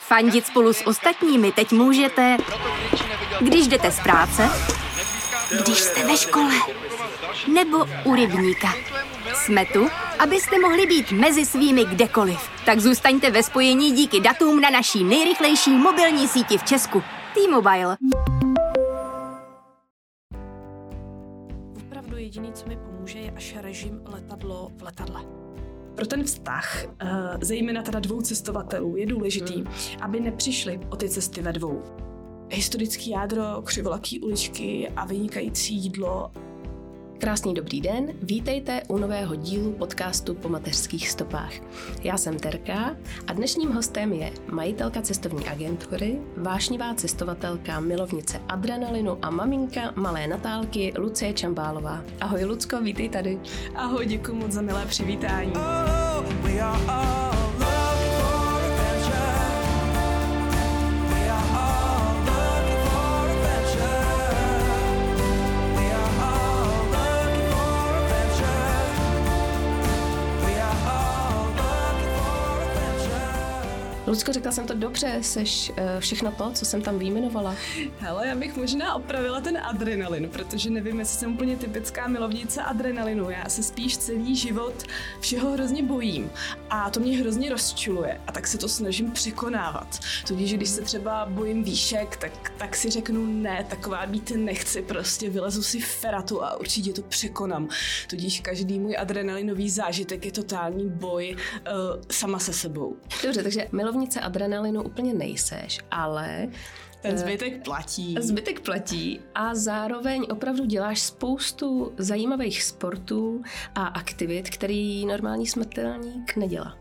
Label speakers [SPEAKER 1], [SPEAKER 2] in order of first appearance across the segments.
[SPEAKER 1] Fandit spolu s ostatními teď můžete, když jdete z práce, když jste ve škole, nebo u rybníka. Jsme tu, abyste mohli být mezi svými kdekoliv. Tak zůstaňte ve spojení díky datům na naší nejrychlejší mobilní síti v Česku. T-Mobile.
[SPEAKER 2] Opravdu jediný, co mi pomůže, je až režim letadlo v letadle. Pro ten vztah, zejména teda dvou cestovatelů, je důležitý, aby nepřišli o ty cesty ve dvou. Historický jádro, křivolaký uličky a vynikající jídlo.
[SPEAKER 3] Krásný dobrý den, vítejte u nového dílu podcastu Po mateřských stopách. Já jsem Terka a dnešním hostem je majitelka cestovní agentury, vášnivá cestovatelka, milovnice adrenalinu a maminka malé Natálky Lucie Čambálová. Ahoj Lucko, vítej tady.
[SPEAKER 2] Ahoj, děkuji moc za milé přivítání.
[SPEAKER 3] Lucko, řekla jsem to dobře, seš všechno to, co jsem tam vyjmenovala?
[SPEAKER 2] Hele, já bych možná opravila ten adrenalin, protože nevím, jestli jsem úplně typická milovnice adrenalinu. Já se spíš celý život všeho hrozně bojím a to mě hrozně rozčiluje a tak se to snažím překonávat. Tudíž, když se třeba bojím výšek, tak si řeknu ne, taková být nechci, prostě vylezu si feratu a určitě to překonám. Tudíž každý můj adrenalinový zážitek je totální boj sama se sebou.
[SPEAKER 3] Dobře, takže milovnice adrenalinu úplně nejseš, ale
[SPEAKER 2] ten zbytek platí.
[SPEAKER 3] Zbytek platí a zároveň opravdu děláš spoustu zajímavých sportů a aktivit, který normální smrtelník nedělá.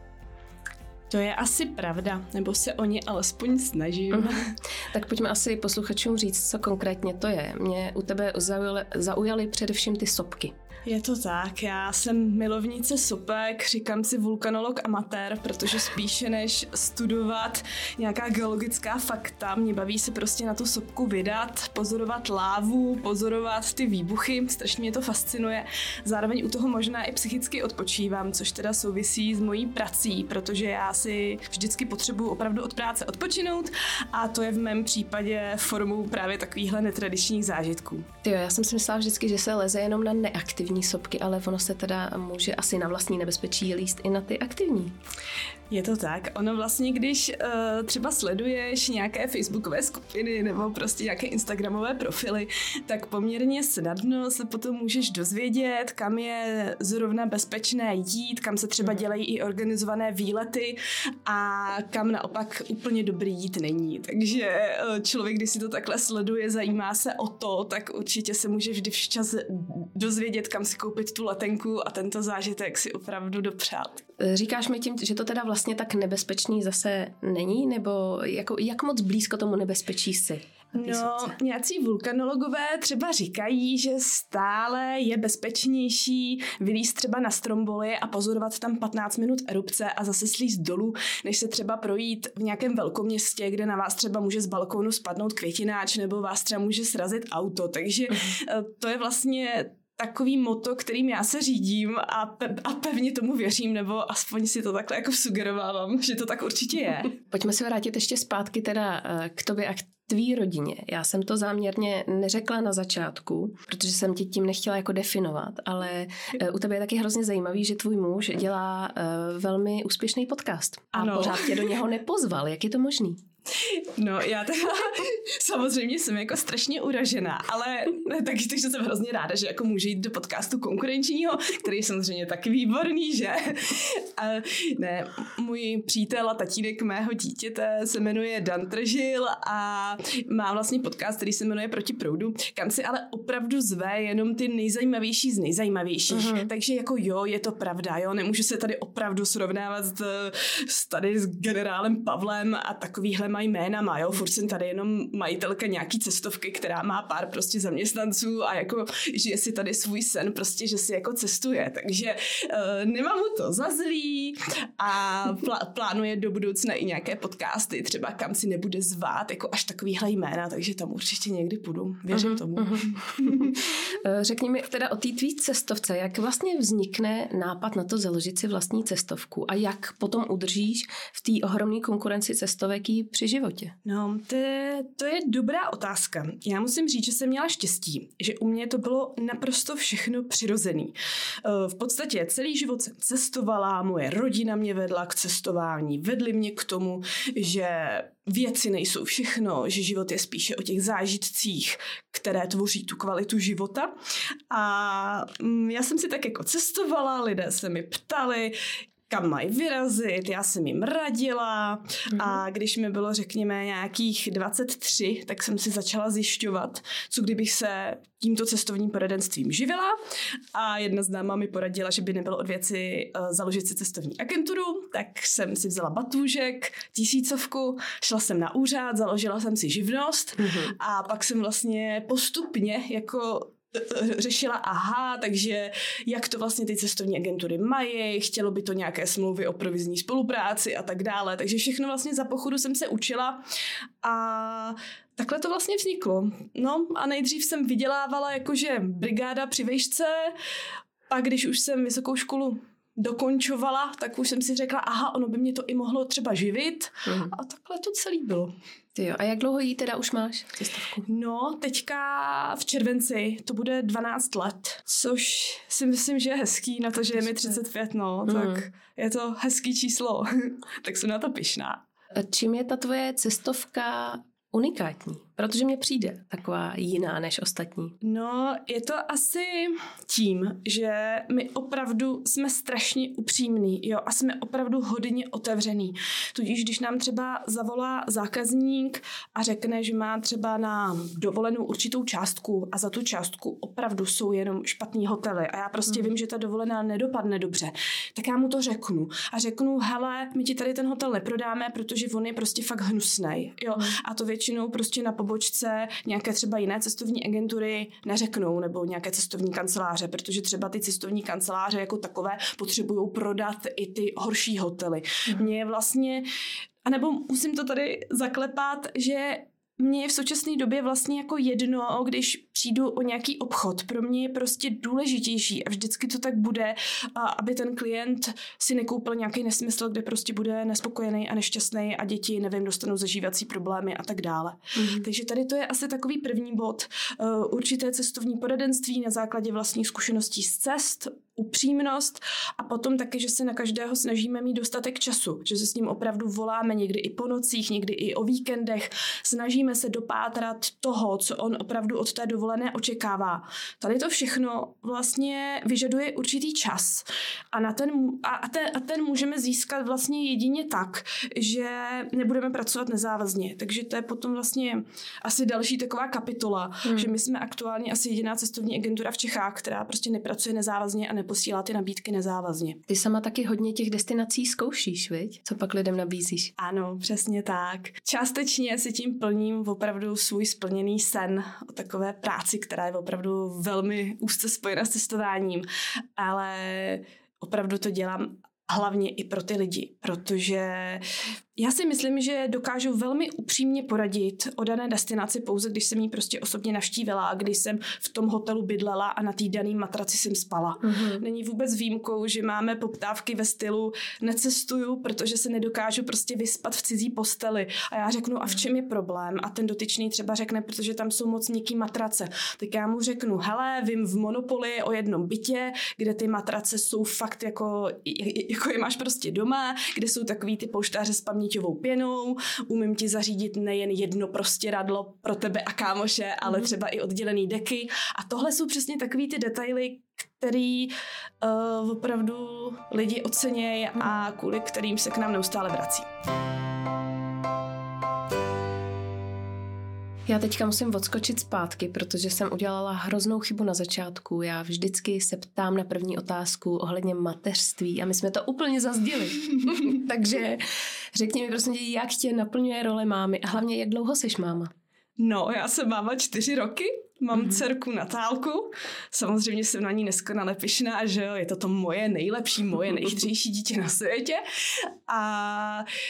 [SPEAKER 2] To je asi pravda, nebo se o ně alespoň snažím.
[SPEAKER 3] Tak pojďme asi posluchačům říct, co konkrétně to je. Mě u tebe zaujaly především ty sopky.
[SPEAKER 2] Je to tak, já jsem milovnice sopek, říkám si vulkanolog amatér, protože spíše než studovat nějaká geologická fakta, mě baví se prostě na tu sopku vydat, pozorovat lávu, pozorovat ty výbuchy, strašně mě to fascinuje. Zároveň u toho možná i psychicky odpočívám, což teda souvisí s mojí prací, protože já si vždycky potřebuju opravdu od práce odpočinout a to je v mém případě formou právě takovýchhle netradičních zážitků.
[SPEAKER 3] Jo, já jsem si myslela vždycky, že se leze jenom na neaktivní sopky, ale ono se teda může asi na vlastní nebezpečí líst i na ty aktivní.
[SPEAKER 2] Je to tak. Ono vlastně, když třeba sleduješ nějaké facebookové skupiny nebo prostě nějaké instagramové profily, tak poměrně snadno se potom můžeš dozvědět, kam je zrovna bezpečné jít, kam se třeba dělají i organizované výlety a kam naopak úplně dobrý jít není. Takže člověk, když si to takhle sleduje, zajímá se o to, tak určitě se může vždy včas dozvědět, kam si koupit tu letenku a tento zážitek si opravdu dopřát.
[SPEAKER 3] Říkáš mi tím, že to teda vlastně tak nebezpečný zase není? Nebo jak moc blízko tomu nebezpečí jsi?
[SPEAKER 2] No, nějací vulkanologové třeba říkají, že stále je bezpečnější vylízt třeba na stromboli a pozorovat tam 15 minut erupce a zase slízt dolů, než se třeba projít v nějakém velkoměstě, kde na vás třeba může z balkónu spadnout květináč nebo vás třeba může srazit auto. Takže to je vlastně takový motto, kterým já se řídím a pevně tomu věřím, nebo aspoň si to takhle jako sugerovávám, že to tak určitě je.
[SPEAKER 3] Pojďme se vrátit ještě zpátky teda k tobě a k tvý rodině. Já jsem to záměrně neřekla na začátku, protože jsem tě tím nechtěla jako definovat, ale u tebe je taky hrozně zajímavý, že tvůj muž dělá velmi úspěšný podcast. A pořád tě do něho nepozval. Jak je to možný?
[SPEAKER 2] No, já teda samozřejmě jsem jako strašně uražená, ale takže jsem hrozně ráda, že jako může jít do podcastu konkurenčního, který je samozřejmě taky výborný, že? Ne, můj přítel a tatínek mého dítěte se jmenuje Dan Tržil a má vlastně podcast, který se jmenuje Proti proudu, kam si ale opravdu zve jenom ty nejzajímavější z nejzajímavějších. Takže jako jo, je to pravda, jo, nemůžu se tady opravdu srovnávat s generálem Pavlem a takovýhle jménama, jo, furt jsem tady jenom majitelka nějaký cestovky, která má pár prostě zaměstnanců a jako žije si tady svůj sen, prostě, že si jako cestuje, takže nemám mu to za zlý a plánuje do budoucna i nějaké podcasty, třeba kam si nebude zvát, jako až takovýhle jména, takže tam určitě někdy půjdu, věřím tomu.
[SPEAKER 3] Řekni mi teda o té tvý cestovce, jak vlastně vznikne nápad na to založit si vlastní cestovku a jak potom udržíš v té ohromné konkurenci cestovek ji při životě?
[SPEAKER 2] No, to je dobrá otázka. Já musím říct, že jsem měla štěstí, že u mě to bylo naprosto všechno přirozený. V podstatě celý život jsem cestovala, moje rodina mě vedla k cestování, vedli mě k tomu, že věci nejsou všechno, že život je spíše o těch zážitcích, které tvoří tu kvalitu života. A já jsem si tak jako cestovala, lidé se mi ptali, kam mají vyrazit, já jsem jim radila a když mi bylo, řekněme, nějakých 23, tak jsem si začala zjišťovat, co kdybych se tímto cestovním poradenstvím živila a jedna známá mi poradila, že by nebylo od věci založit si cestovní agenturu, tak jsem si vzala batůžek, 1000, šla jsem na úřad, založila jsem si živnost a pak jsem vlastně postupně jako řešila, takže jak to vlastně ty cestovní agentury mají, chtělo by to nějaké smlouvy o provizní spolupráci a tak dále, takže všechno vlastně za pochodu jsem se učila a takhle to vlastně vzniklo. No a nejdřív jsem vydělávala jakože brigáda při vejšce, pak když už jsem vysokou školu dokončovala, tak už jsem si řekla, ono by mě to i mohlo třeba živit a takhle to celý bylo.
[SPEAKER 3] Jo, a jak dlouho jí teda už máš cestovku?
[SPEAKER 2] No, teďka v červenci to bude 12 let, což si myslím, že je hezký na to, že je mi 35, tak je to hezký číslo, tak jsem na to pyšná.
[SPEAKER 3] A čím je ta tvoje cestovka unikátní? Protože mně přijde taková jiná než ostatní.
[SPEAKER 2] No, je to asi tím, že my opravdu jsme strašně upřímní, jo, a jsme opravdu hodně otevřený. Tudíž, když nám třeba zavolá zákazník a řekne, že má třeba na dovolenou určitou částku a za tu částku opravdu jsou jenom špatný hotely a já prostě vím, že ta dovolená nedopadne dobře, tak já mu to řeknu. A řeknu, hele, my ti tady ten hotel neprodáme, protože on je prostě fakt hnusnej, jo. A to většinou prostě na pobočce nějaké třeba jiné cestovní agentury neřeknou, nebo nějaké cestovní kanceláře, protože třeba ty cestovní kanceláře jako takové potřebují prodat i ty horší hotely. Mně je vlastně, anebo musím to tady zaklepat, že mně je v současné době vlastně jako jedno, když přijdu o nějaký obchod. Pro mě je prostě důležitější a vždycky to tak bude, aby ten klient si nekoupil nějaký nesmysl, kde prostě bude nespokojený a nešťastný a děti, nevím, dostanou zažívací problémy a tak dále. Takže tady to je asi takový první bod. Určité cestovní poradenství na základě vlastních zkušeností z cest, upřímnost a potom taky, že se na každého snažíme mít dostatek času, že se s ním opravdu voláme někdy i po nocích, někdy i o víkendech, snažíme se dopátrat toho, co on opravdu od té dovolené očekává. Tady to všechno vlastně vyžaduje určitý čas a ten můžeme získat vlastně jedině tak, že nebudeme pracovat nezávazně. Takže to je potom vlastně asi další taková kapitola, že my jsme aktuálně asi jediná cestovní agentura v Čechách, která prostě nepracuje nezávazně a neposílá ty nabídky nezávazně.
[SPEAKER 3] Ty sama taky hodně těch destinací zkoušíš, viď? Co pak lidem nabízíš?
[SPEAKER 2] Ano, přesně tak. Částečně si tím plním opravdu svůj splněný sen o takové práci, která je opravdu velmi úzce spojena s cestováním, ale opravdu to dělám hlavně i pro ty lidi, protože já si myslím, že dokážu velmi upřímně poradit o dané destinaci pouze, když jsem ji prostě osobně navštívila a když jsem v tom hotelu bydlela a na té dané matraci jsem spala. Není vůbec výjimkou, že máme poptávky ve stylu necestuju, protože se nedokážu prostě vyspat v cizí posteli. A já řeknu, a v čem je problém? A ten dotyčný třeba řekne, protože tam jsou moc měkký matrace. Tak já mu řeknu, hele, vím v Monopoli o jednom bytě, kde ty matrace jsou fakt jako je máš prostě doma, kde jsou takový ty polštáře s paměťovou pěnou, umím ti zařídit nejen jedno prostěradlo pro tebe a kámoše, ale třeba i oddělený deky. A tohle jsou přesně takový ty detaily, který opravdu lidi ocenějí a kvůli kterým se k nám neustále vrací.
[SPEAKER 3] Já teďka musím odskočit zpátky, protože jsem udělala hroznou chybu na začátku. Já vždycky se ptám na první otázku ohledně mateřství a my jsme to úplně zazděli. Takže řekni mi prosím tě, jak tě naplňuje role mámy a hlavně jak dlouho seš máma?
[SPEAKER 2] No, já jsem máma 4 roky, mám dcerku Natálku, samozřejmě jsem na ní neskonale pyšná, že jo, je to moje nejlepší, moje nejchytřejší dítě na světě a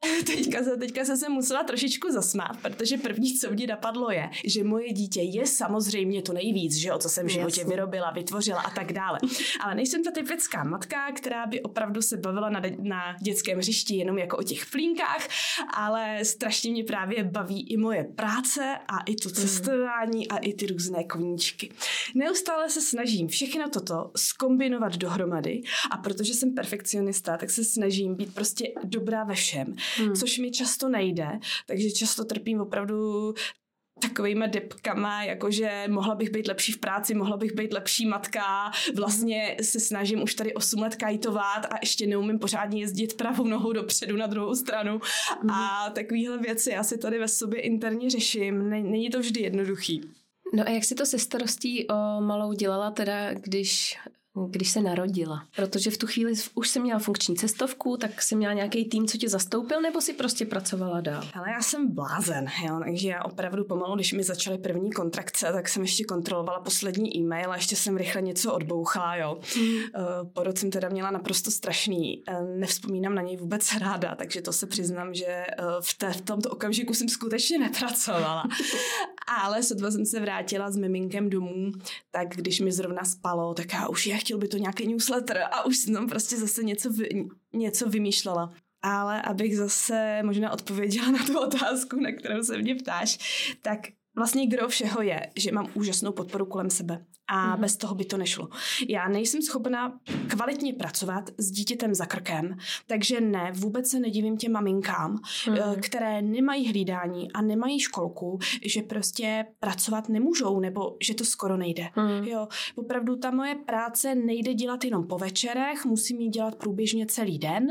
[SPEAKER 2] Teďka se musela trošičku zasmát, protože první, co mě napadlo je, že moje dítě je samozřejmě to nejvíc, že jo, co jsem v životě vyrobila, vytvořila a tak dále. Ale nejsem ta typická matka, která by opravdu se bavila na dětském hřišti jenom jako o těch plínkách, ale strašně mě právě baví i moje práce a i to cestování a i ty různé koníčky. Neustále se snažím všechno toto zkombinovat dohromady a protože jsem perfekcionista, tak se snažím být prostě dobrá ve všem, což mi často nejde, takže často trpím opravdu takovejma depkama, jakože mohla bych být lepší v práci, mohla bych být lepší matka, vlastně se snažím už tady 8 let kajtovat a ještě neumím pořádně jezdit pravou nohou dopředu na druhou stranu a takovýhle věci já si tady ve sobě interně řeším, není to vždy jednoduchý.
[SPEAKER 3] No a jak si to se starostí o malou dělala teda, když se narodila? Protože v tu chvíli už jsi měla funkční cestovku, tak jsi měla nějaký tým, co tě zastoupil, nebo si prostě pracovala dál?
[SPEAKER 2] Ale já jsem blázen, jo, takže já opravdu pomalu, když mi začaly první kontrakce, tak jsem ještě kontrolovala poslední e-mail a ještě jsem rychle něco odbouchala, jo. Porod jsem teda měla naprosto strašný, nevzpomínám na něj vůbec ráda, takže to se přiznám, že v tomto okamžiku jsem skutečně nepracovala. Ale sotva jsem se vrátila s miminkem domů, tak když mi zrovna spalo, tak já už chtěl by to nějaký newsletter a už jsem tam prostě zase něco vymýšlela. Ale abych zase možná odpověděla na tu otázku, na kterou se mě ptáš, tak vlastně gro všeho je, že mám úžasnou podporu kolem sebe a bez toho by to nešlo. Já nejsem schopná kvalitně pracovat s dítětem za krkem, takže ne, vůbec se nedivím těm maminkám, které nemají hlídání a nemají školku, že prostě pracovat nemůžou nebo že to skoro nejde. Jo, opravdu ta moje práce nejde dělat jenom po večerech, musím ji dělat průběžně celý den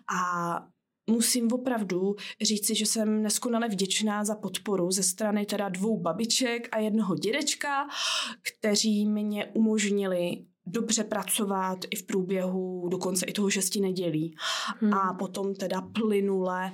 [SPEAKER 2] a musím opravdu říci, že jsem neskonale vděčná za podporu ze strany teda 2 babiček a 1 dědečka, kteří mě umožnili dobře pracovat i v průběhu dokonce i toho 6 nedělí. A potom teda plynule,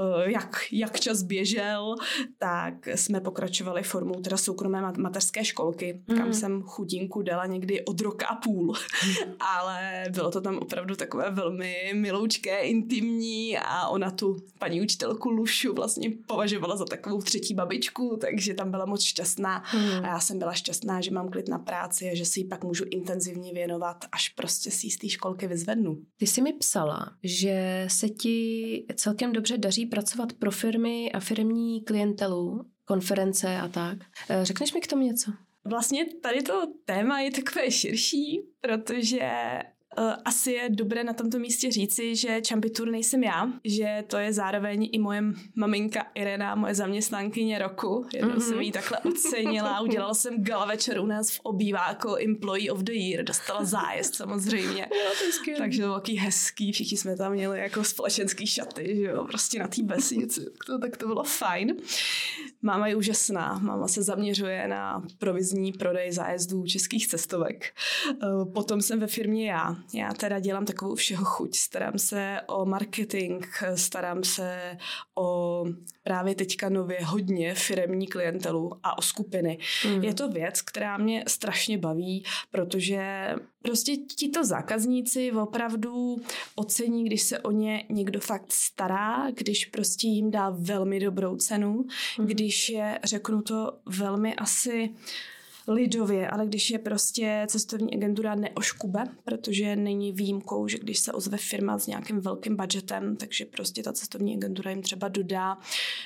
[SPEAKER 2] jak čas běžel, tak jsme pokračovali formou teda soukromé mateřské školky, kam jsem chudinku dala někdy od 1,5 roku. Ale bylo to tam opravdu takové velmi miloučké, intimní a ona tu paní učitelku Lušu vlastně považovala za takovou 3. babičku, takže tam byla moc šťastná. A já jsem byla šťastná, že mám klid na práci a že si ji pak můžu intenzivně věnovat, až prostě si z té školky vyzvednu.
[SPEAKER 3] Ty jsi mi psala, že se ti celkem dobře daří pracovat pro firmy a firmní klientelu, konference a tak. Řekneš mi k tomu něco?
[SPEAKER 2] Vlastně tady to téma je takové širší, protože asi je dobré na tomto místě říci, že Čampitur nejsem já, že to je zároveň i moje maminka Irena, moje zaměstnankyně roku. Jednou jsem jí takhle ocenila, udělala jsem gala večer u nás v obýváku Employee of the Year, dostala zájezd samozřejmě. Takže to bylo taky hezký, všichni jsme tam měli jako společenský šaty, že jo, prostě na té vesnici, tak to bylo fajn. Máma je úžasná, máma se zaměřuje na provizní prodej zájezdů českých cestovek. Potom jsem ve firmě já teda dělám takovou všeho chuť. Starám se o marketing, starám se o právě teďka nově hodně firemní klientelu a o skupiny. Je to věc, která mě strašně baví, protože prostě tito zákazníci opravdu ocení, když se o ně někdo fakt stará, když prostě jim dá velmi dobrou cenu, když je, řeknu to velmi asi lidově, ale když je prostě cestovní agentura neoškube, protože není výjimkou, že když se ozve firma s nějakým velkým budgetem, takže prostě ta cestovní agentura jim třeba dodá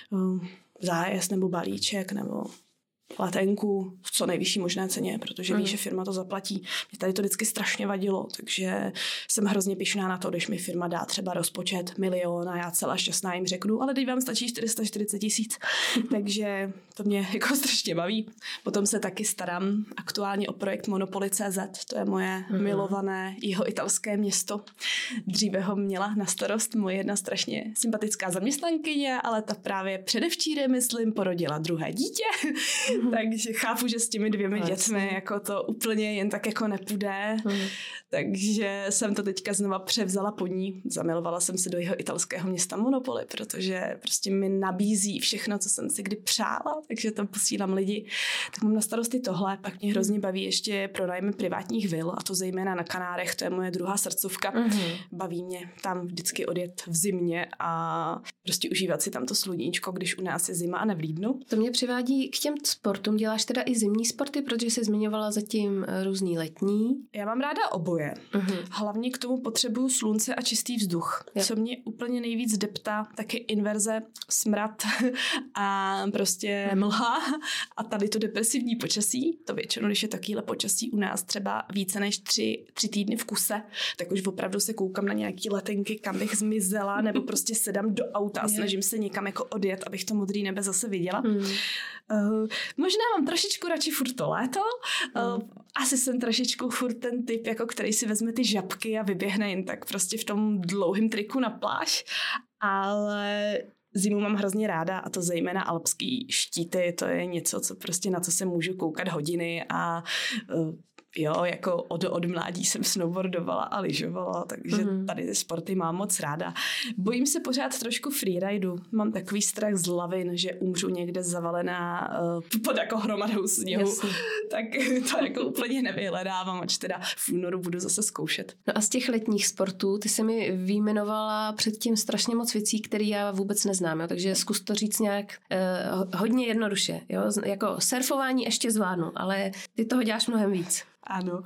[SPEAKER 2] zájezd nebo balíček nebo letenku v co nejvyšší možné ceně, protože ví, že firma to zaplatí. Mě tady to vždycky strašně vadilo, takže jsem hrozně pyšná na to, když mi firma dá třeba rozpočet 1 milion a já celá šťastná jim řeknu, ale teď vám stačí 440 000. Takže to mě jako strašně baví. Potom se taky starám aktuálně o projekt Monopoly.cz, to je moje milované jihoitalské město. Dříve ho měla na starost moje jedna strašně sympatická zaměstnankyně, ale ta právě předevčírem, myslím, porodila 2. dítě. Takže chápu, že s těmi 2 dětmi jako to úplně jen tak jako nepůjde. Takže jsem to teďka znova převzala po ní. Zamilovala jsem se do jeho italského města Monopoli, protože prostě mi nabízí všechno, co jsem si kdy přála, takže tam posílám lidi. Tak mám na starosti tohle, pak mě hrozně baví ještě pronájmy privátních vil, a to zejména na Kanárech, to je moje druhá srdcovka. Baví mě tam vždycky odjet v zimě a prostě užívat si tam to sluníčko, když u nás je zima a nevlídnu.
[SPEAKER 3] To mě přivádí k těm sportům. Děláš teda i zimní sporty, protože jsi zmiňovala zatím různý letní.
[SPEAKER 2] Já mám ráda oboje. Hlavně k tomu potřebuju slunce a čistý vzduch. Co mě úplně nejvíc deptá, tak je inverze, smrad a prostě mlha a tady to depresivní počasí. To většinou, když je takovýhle počasí u nás třeba více než 3 týdny v kuse, tak už opravdu se koukám na nějaký letenky, kam bych zmizela, nebo prostě sedám do auta a snažím se někam jako odjet, abych to modrý nebe zase viděla. Možná mám trošičku radši furt to léto. Asi jsem trošičku furt ten typ, jako který si vezme ty žabky a vyběhne jen tak prostě v tom dlouhém triku na pláž. Ale zimu mám hrozně ráda, a to zejména alpský štíty, to je něco, co prostě na co se můžu koukat hodiny a jo, jako od mládí jsem snowboardovala a lyžovala, takže tady ty sporty mám moc ráda. Bojím se pořád trošku freeridu. Mám takový strach z lavin, že umřu někde zavalená pod jako hromadou sněhu. Jasně. Tak to jako úplně nevyhledávám, ač teda v únoru budu zase zkoušet.
[SPEAKER 3] No a z těch letních sportů, ty jsi mi vyjmenovala předtím strašně moc věcí, které já vůbec neznám, jo? Takže zkus to říct nějak hodně jednoduše. Jo? Jako surfování ještě zvládnu, ale ty toho děláš mnohem víc.
[SPEAKER 2] Ano,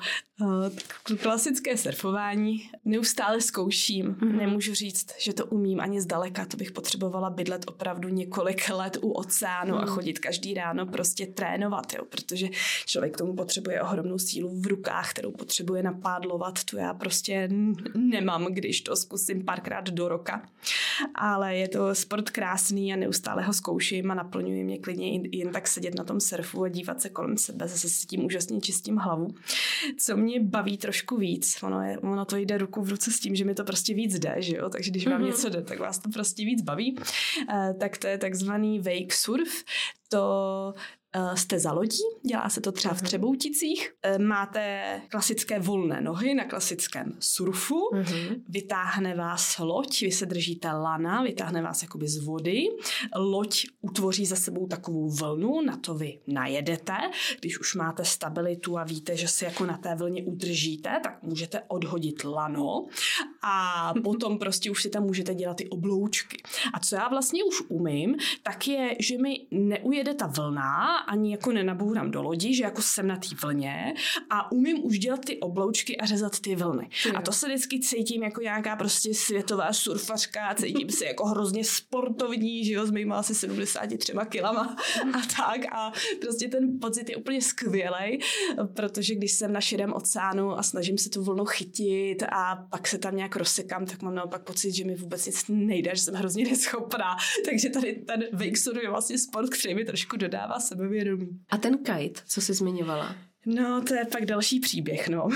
[SPEAKER 2] klasické surfování neustále zkouším. Nemůžu říct, že to umím ani zdaleka, to bych potřebovala bydlet opravdu několik let u oceánu a chodit každý ráno prostě trénovat, jo, protože člověk k tomu potřebuje ohromnou sílu v rukách, kterou potřebuje napádlovat, to já prostě nemám, když to zkusím párkrát do roka. Ale je to sport krásný a neustále ho zkouším a naplňuje mě klidně jen tak sedět na tom surfu a dívat se kolem sebe, zase si tím úžasně čistím hlavu. Co mě baví trošku víc, ono to jde ruku v ruce s tím, že mi to prostě víc jde, že jo? Takže když vám něco jde, tak vás to prostě víc baví. Tak to je takzvaný wake surf. To jste za lodí, dělá se to třeba v Třebouticích, máte klasické volné nohy na klasickém surfu, vytáhne vás loď, vy se držíte lana, vytáhne vás jakoby z vody, loď utvoří za sebou takovou vlnu, na to vy najedete, když už máte stabilitu a víte, že se jako na té vlně udržíte, tak můžete odhodit lano a potom prostě už si tam můžete dělat ty obloučky. A co já vlastně už umím, tak je, že mi neujede ta vlna, ani jako nenabourám do lodi, že jako jsem na té vlně a umím už dělat ty obloučky a řezat ty vlny. A to se vždycky cítím jako nějaká prostě světová surfařka, cítím se jako hrozně sportovní, že jo, s mýma asi 73 kilama a tak a prostě ten pocit je úplně skvělej, protože když jsem na širém oceánu a snažím se tu vlnu chytit a pak se tam nějak rozsekám, tak mám naopak pocit, že mi vůbec nic nejde, že jsem hrozně neschopná. Takže tady ten wake surf je vlastně sport, který mi trošku dodává sebevědomí.
[SPEAKER 3] A ten kite, co jsi zmiňovala?
[SPEAKER 2] No, to je pak další příběh, no.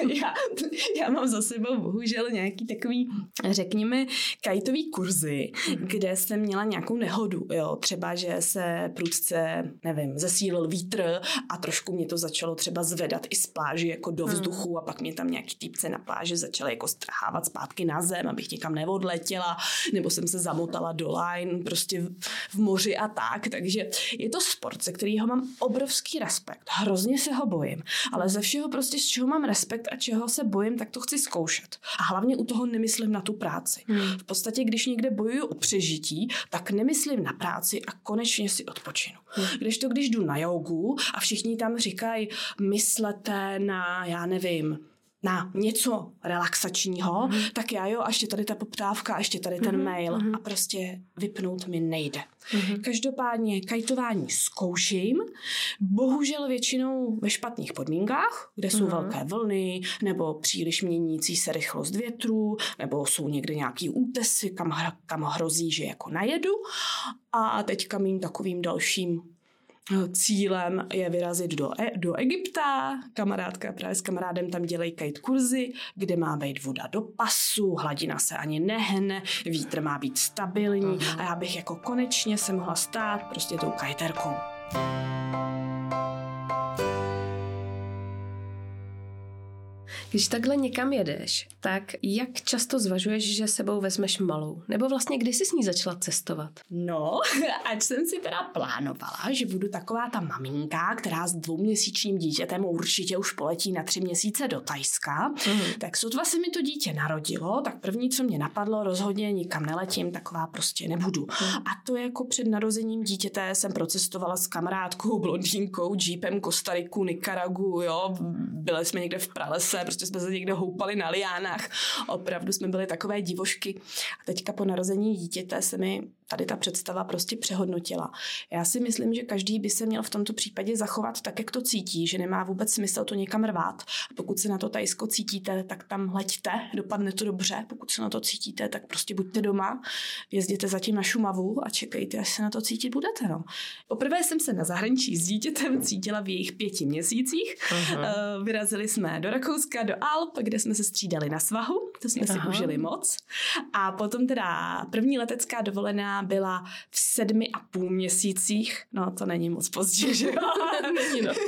[SPEAKER 2] já mám za sebou bohužel nějaký takový, řekněme, kajtový kurzy, kde jsem měla nějakou nehodu, jo. Třeba, že se prudce, nevím, zesílil vítr a trošku mě to začalo třeba zvedat i z pláži jako do vzduchu a pak mě tam nějaký týpce na pláži začaly jako strhávat zpátky na zem, abych někam neodletěla, nebo jsem se zamotala do line prostě v moři a tak. Takže je to sport, ze kterého mám obrovský respekt. Hrozně se ho bojím, ale ze všeho prostě, z čeho mám respekt a čeho se bojím, tak to chci zkoušet. A hlavně u toho nemyslím na tu práci. V podstatě, když někde bojuju o přežití, tak nemyslím na práci a konečně si odpočinu. Když jdu na jogu a všichni tam říkají, myslete na, já nevím, na něco relaxačního, tak já jo, a ještě tady ta poptávka, a ještě tady ten mail a prostě vypnout mi nejde. Každopádně kajtování zkouším, bohužel většinou ve špatných podmínkách, kde jsou velké vlny, nebo příliš měnící se rychlost větru, nebo jsou někde nějaký útesy, kam hrozí, že jako najedu. A teďka mým takovým dalším cílem je vyrazit do Egypta. Kamarádka právě s kamarádem tam dělají kite kurzy, kde má být voda do pasu, hladina se ani nehne, vítr má být stabilní a já bych jako konečně se mohla stát prostě tou kajterkou.
[SPEAKER 3] Když takhle někam jedeš, tak jak často zvažuješ, že sebou vezmeš malou? Nebo vlastně kdy jsi s ní začala cestovat?
[SPEAKER 2] No, ať jsem si teda plánovala, že budu taková ta maminka, která s 2měsíčním dítětem určitě už poletí na 3 měsíce do Thajska, tak sotva se mi to dítě narodilo, tak první, co mě napadlo, rozhodně nikam neletím, taková prostě nebudu. A to jako před narozením dítěte jsem procestovala s kamarádkou, blondýnkou, jeepem Kostariku, Nikaragu, jo, byli jsme někde v pralese, prostě jsme se někde houpali na liánách, opravdu jsme byli takové divošky. A teďka po narození dítěte se mi tady ta představa prostě přehodnotila. Já si myslím, že každý by se měl v tomto případě zachovat tak, jak to cítí, že nemá vůbec smysl to někam rvát. Pokud se na to Thajsko cítíte, tak tam leďte, dopadne to dobře. Pokud se na to cítíte, tak prostě buďte doma, jezděte zatím na Šumavu a čekejte, až se na to cítit budete. No. Poprvé jsem se na zahraničí s dítětem cítila v jejich 5 měsících. Vyrazili jsme do Rakouska, do Alp, kde jsme se střídali na svahu, to jsme si užili moc. A potom teda první letecká dovolená byla v 7,5 měsících. No, to není moc pozdě, že jo? Není, no.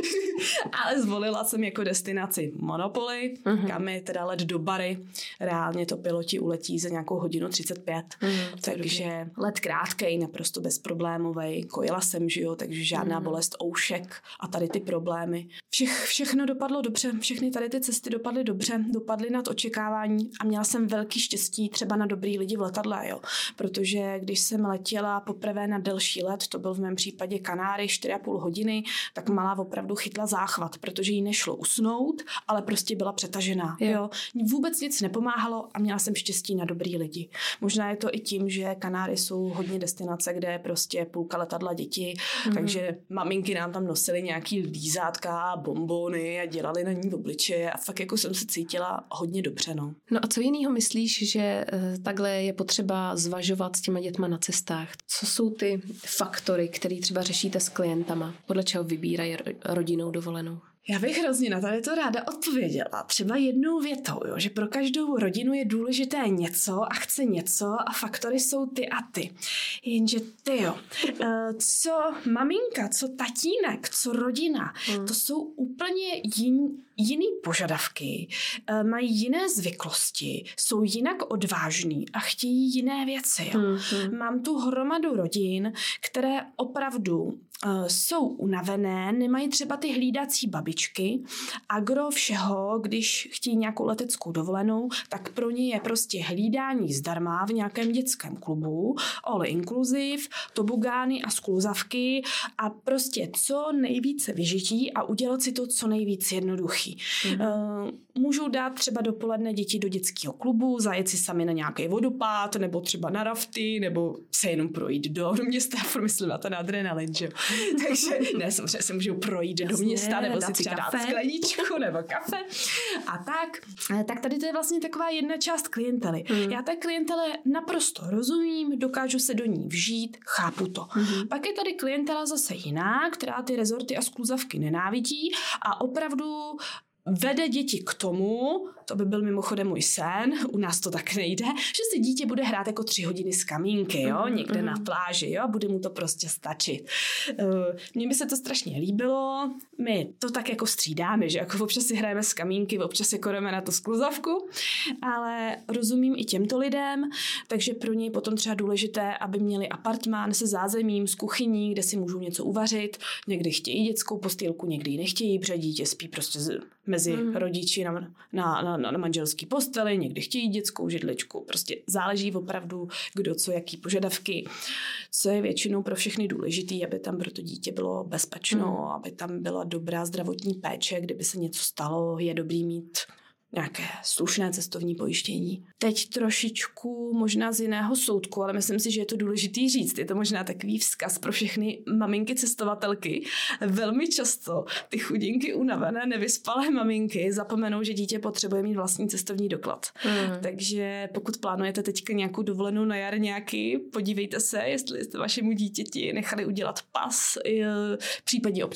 [SPEAKER 2] Ale zvolila jsem jako destinaci Monopoly, kam je teda let do Bari. Reálně to piloti uletí za nějakou 1:35. Takže let krátkej, naprosto bezproblémovej. Kojila jsem, že jo, takže žádná bolest oušek a tady ty problémy. Všechno dopadlo dobře, všechny tady ty cesty dopadly dobře, dopadly nad očekávání a měla jsem velký štěstí třeba na dobrý lidi v letadle, jo. Protože když jsem letěla poprvé na delší let, to byl v mém případě Kanáry 4,5 hodiny, tak malá opravdu chytla záchvat, protože jí nešlo usnout, ale prostě byla přetažená. Jo. Vůbec nic nepomáhalo a měla jsem štěstí na dobrý lidi. Možná je to i tím, že Kanáry jsou hodně destinace, kde je prostě půlka letadla děti, takže maminky nám tam nosily nějaký lízátka, bonbony a dělali na ní v obličeje a fakt jako jsem se cítila hodně dobře. No
[SPEAKER 3] a co jinýho myslíš, že takhle je potřeba zvažovat s těma dětma na cestách? Co jsou ty faktory, které třeba řešíte s klientama? Podle čeho vybírají rodinnou dovolenou?
[SPEAKER 2] Já bych hrozně na tady to ráda odpověděla. Třeba jednou větou, jo, že pro každou rodinu je důležité něco a chce něco a faktory jsou ty a ty. Jenže tyjo, co maminka, co tatínek, co rodina, to jsou úplně jiný požadavky, mají jiné zvyklosti, jsou jinak odvážní a chtějí jiné věci. Jo. Mám tu hromadu rodin, které opravdu jsou unavené, nemají třeba ty hlídací babičky a gro všeho, když chtějí nějakou leteckou dovolenou, tak pro ně je prostě hlídání zdarma v nějakém dětském klubu, all inclusive, tobogány a skluzavky a prostě co nejvíce vyžití a udělat si to co nejvíc jednoduchý. Můžou dát třeba dopoledne děti do dětského klubu, zajet si sami na nějaký vodopád, nebo třeba na rafty, nebo se jenom projít do města, myslím na ten adrenalin, že jo. Takže ne, samozřejmě se můžou projít do města, nebo si třeba dát skleničku, nebo kafe. A tak tady to je vlastně taková jedna část klientely. Já té klientele naprosto rozumím, dokážu se do ní vžít, chápu to. Pak je tady klientela zase jiná, která ty rezorty a skluzavky nenávidí a opravdu vede děti k tomu, to by byl mimochodem můj sen, u nás to tak nejde, že si dítě bude hrát jako 3 hodiny z kamínky, jo, někde na pláži, jo, bude mu to prostě stačit. Mně by se to strašně líbilo, my to tak jako střídáme, že jako občas si hrajeme z kamínky, občas jako jdeme na tu skluzavku, ale rozumím i těmto lidem, takže pro ně je potom třeba důležité, aby měli apartmán se zázemím, s kuchyní, kde si můžou něco uvařit, někdy chtějí dětskou postýlku, někdy ji nechtějí, protože dítě spí prostě mezi rodiči na manželský posteli, někdy chtějí dětskou židličku. Prostě záleží opravdu, kdo co, jaký požadavky. Co je většinou pro všechny důležitý, aby tam pro to dítě bylo bezpečno, aby tam byla dobrá zdravotní péče, kdyby se něco stalo, je dobrý mít nějaké slušné cestovní pojištění. Teď trošičku možná z jiného soudku, ale myslím si, že je to důležitý říct. Je to možná takový vzkaz pro všechny maminky cestovatelky. Velmi často ty chudinky unavené, nevyspalé maminky zapomenou, že dítě potřebuje mít vlastní cestovní doklad. Takže pokud plánujete teďka nějakou dovolenou na jar nějaký, podívejte se, jestli jste vašemu dítěti nechali udělat pas, případně občanku,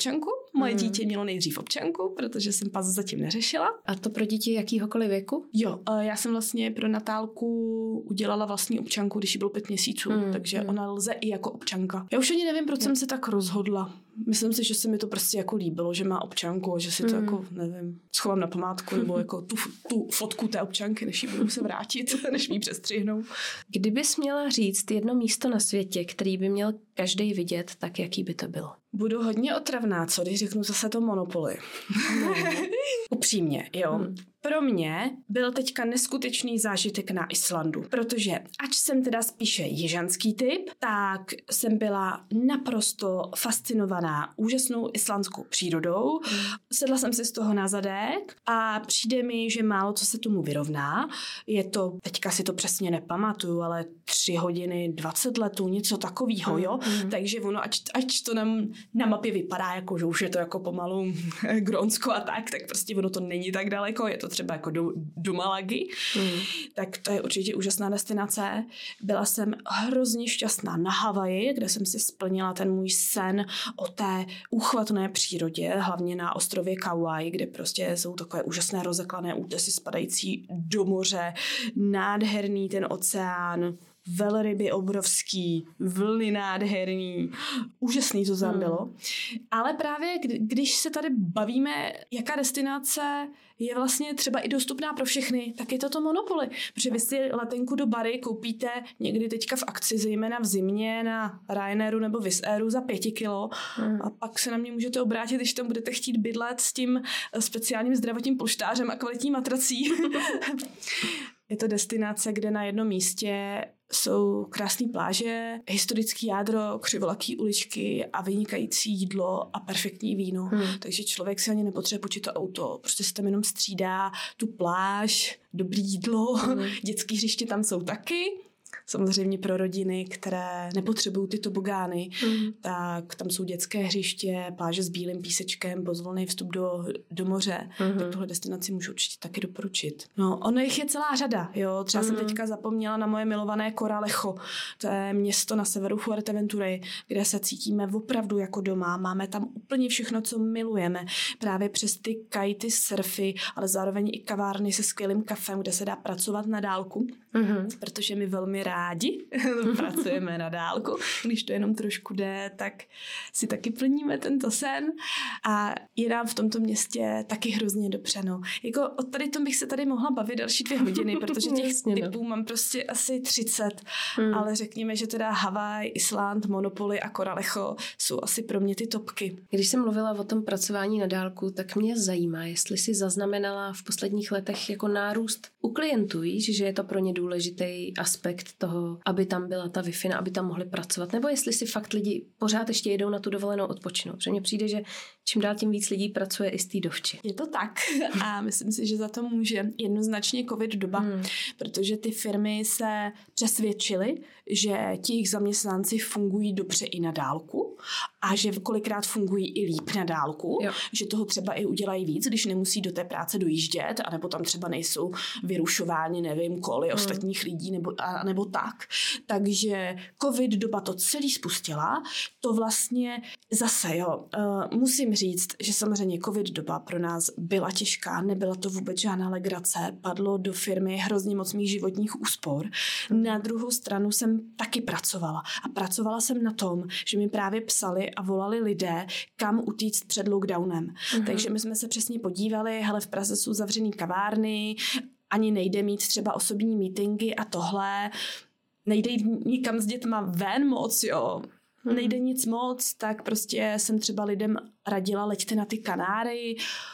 [SPEAKER 2] Moje dítě mělo nejdřív občanku, protože jsem pas zatím neřešila.
[SPEAKER 3] A to pro děti jakýhokoliv věku?
[SPEAKER 2] Jo, já jsem vlastně pro Natálku udělala vlastní občanku, když jí bylo 5 měsíců, takže ona lze i jako občanka. Já už ani nevím, proč jsem se tak rozhodla. Myslím si, že se mi to prostě jako líbilo, že má občanku, že si to jako, nevím, schovám na památku, nebo jako tu fotku té občanky, než jí budu se vrátit, než mi přestřihnou.
[SPEAKER 3] Kdybys měla říct jedno místo na světě, který by měl každý vidět, tak jaký by to bylo?
[SPEAKER 2] Budu hodně otravná, co když řeknu zase to Monopoly. No. Upřímně, jo. Pro mě byl teďka neskutečný zážitek na Islandu, protože ač jsem teda spíše jižanský typ, tak jsem byla naprosto fascinovaná úžasnou islandskou přírodou. Sedla jsem si z toho na zadek a přijde mi, že málo co se tomu vyrovná. Je to, teďka si to přesně nepamatuju, ale 3 hodiny 20 letů, něco takového, jo. Takže ono, ač to na mapě vypadá, jako, že už je to jako pomalu Grónsko a tak prostě ono to není tak daleko, je to třeba jako do Malagy, tak to je určitě úžasná destinace. Byla jsem hrozně šťastná na Havaji, kde jsem si splnila ten můj sen o té úchvatné přírodě, hlavně na ostrově Kauai, kde prostě jsou takové úžasné rozeklané útesy spadající do moře, nádherný ten oceán, velryby obrovský, vlny nádherný, úžasný to tam bylo. Ale právě když se tady bavíme, jaká destinace je vlastně třeba i dostupná pro všechny, tak je to Monopoly. Protože vy si letenku do Bari koupíte někdy teďka v akci, zejména v zimě na Ryanairu nebo Wizz Airu za 5 kilo a pak se na mě můžete obrátit, když tam budete chtít bydlet s tím speciálním zdravotním polštářem a kvalitní matrací. Je to destinace, kde na jednom místě jsou krásné pláže, historický jádro, křivolaký uličky a vynikající jídlo a perfektní víno. Takže člověk si ani nepotřebuje počít to auto. Prostě se tam jenom střídá tu pláž, dobrý jídlo, dětský hřiště tam jsou taky. Samozřejmě pro rodiny, které nepotřebují ty tobogány, tak tam jsou dětské hřiště, pláže s bílým písečkem, pozvolný vstup do moře. Tak tuhle destinaci můžu určitě taky doporučit. No, ono jich je celá řada, jo. Třeba jsem teďka zapomněla na moje milované Coralejo. To je město na severu Fuerteventury, kde se cítíme opravdu jako doma. Máme tam úplně všechno, co milujeme. Právě přes ty kajty, surfy, ale zároveň i kavárny se skvělým kafem, kde se dá pracovat na dálku. Protože my velmi rádi pracujeme na dálku. Když to jenom trošku jde, tak si taky plníme tento sen. A je nám v tomto městě taky hrozně dobře. No. Jako od tady tom bych se tady mohla bavit další 2 hodiny, protože těch typů mám prostě asi 30. Ale řekněme, že teda Havaj, Island, Monopoly a Coralejo jsou asi pro mě ty topky.
[SPEAKER 3] Když jsem mluvila o tom pracování na dálku, tak mě zajímá, jestli si zaznamenala v posledních letech jako nárůst u klientů, že je to pro ně důležitý aspekt toho, aby tam byla ta Wi-Fi, aby tam mohli pracovat, nebo jestli si fakt lidi pořád ještě jedou na tu dovolenou odpočinout. Protože mně přijde, že čím dál tím víc lidí pracuje i z té dovči.
[SPEAKER 2] Je to tak a myslím si, že za to může jednoznačně covid doba, protože ty firmy se přesvědčily, že ti jejich zaměstnanci fungují dobře i na dálku a že kolikrát fungují i líp na dálku, že toho třeba i udělají víc, když nemusí do té práce dojíždět, anebo tam třeba nejsou vyrušováni, nevím, koly ostatních lidí, nebo tak. Takže covid doba to celý spustila. To vlastně zase, musím říct, že samozřejmě covid doba pro nás byla těžká, nebyla to vůbec žádná legrace, padlo do firmy hrozně moc mých životních úspor. Na druhou stranu jsem taky pracovala a pracovala jsem na tom, že mi právě psali a volali lidé, kam utíct před lockdownem. Takže my jsme se přesně podívali, hele, v Praze jsou zavřený kavárny, ani nejde mít třeba osobní meetingy a tohle, nejde nikam s dětma ven moc, nejde nic moc, tak prostě jsem třeba lidem radila, leďte na ty Kanáry,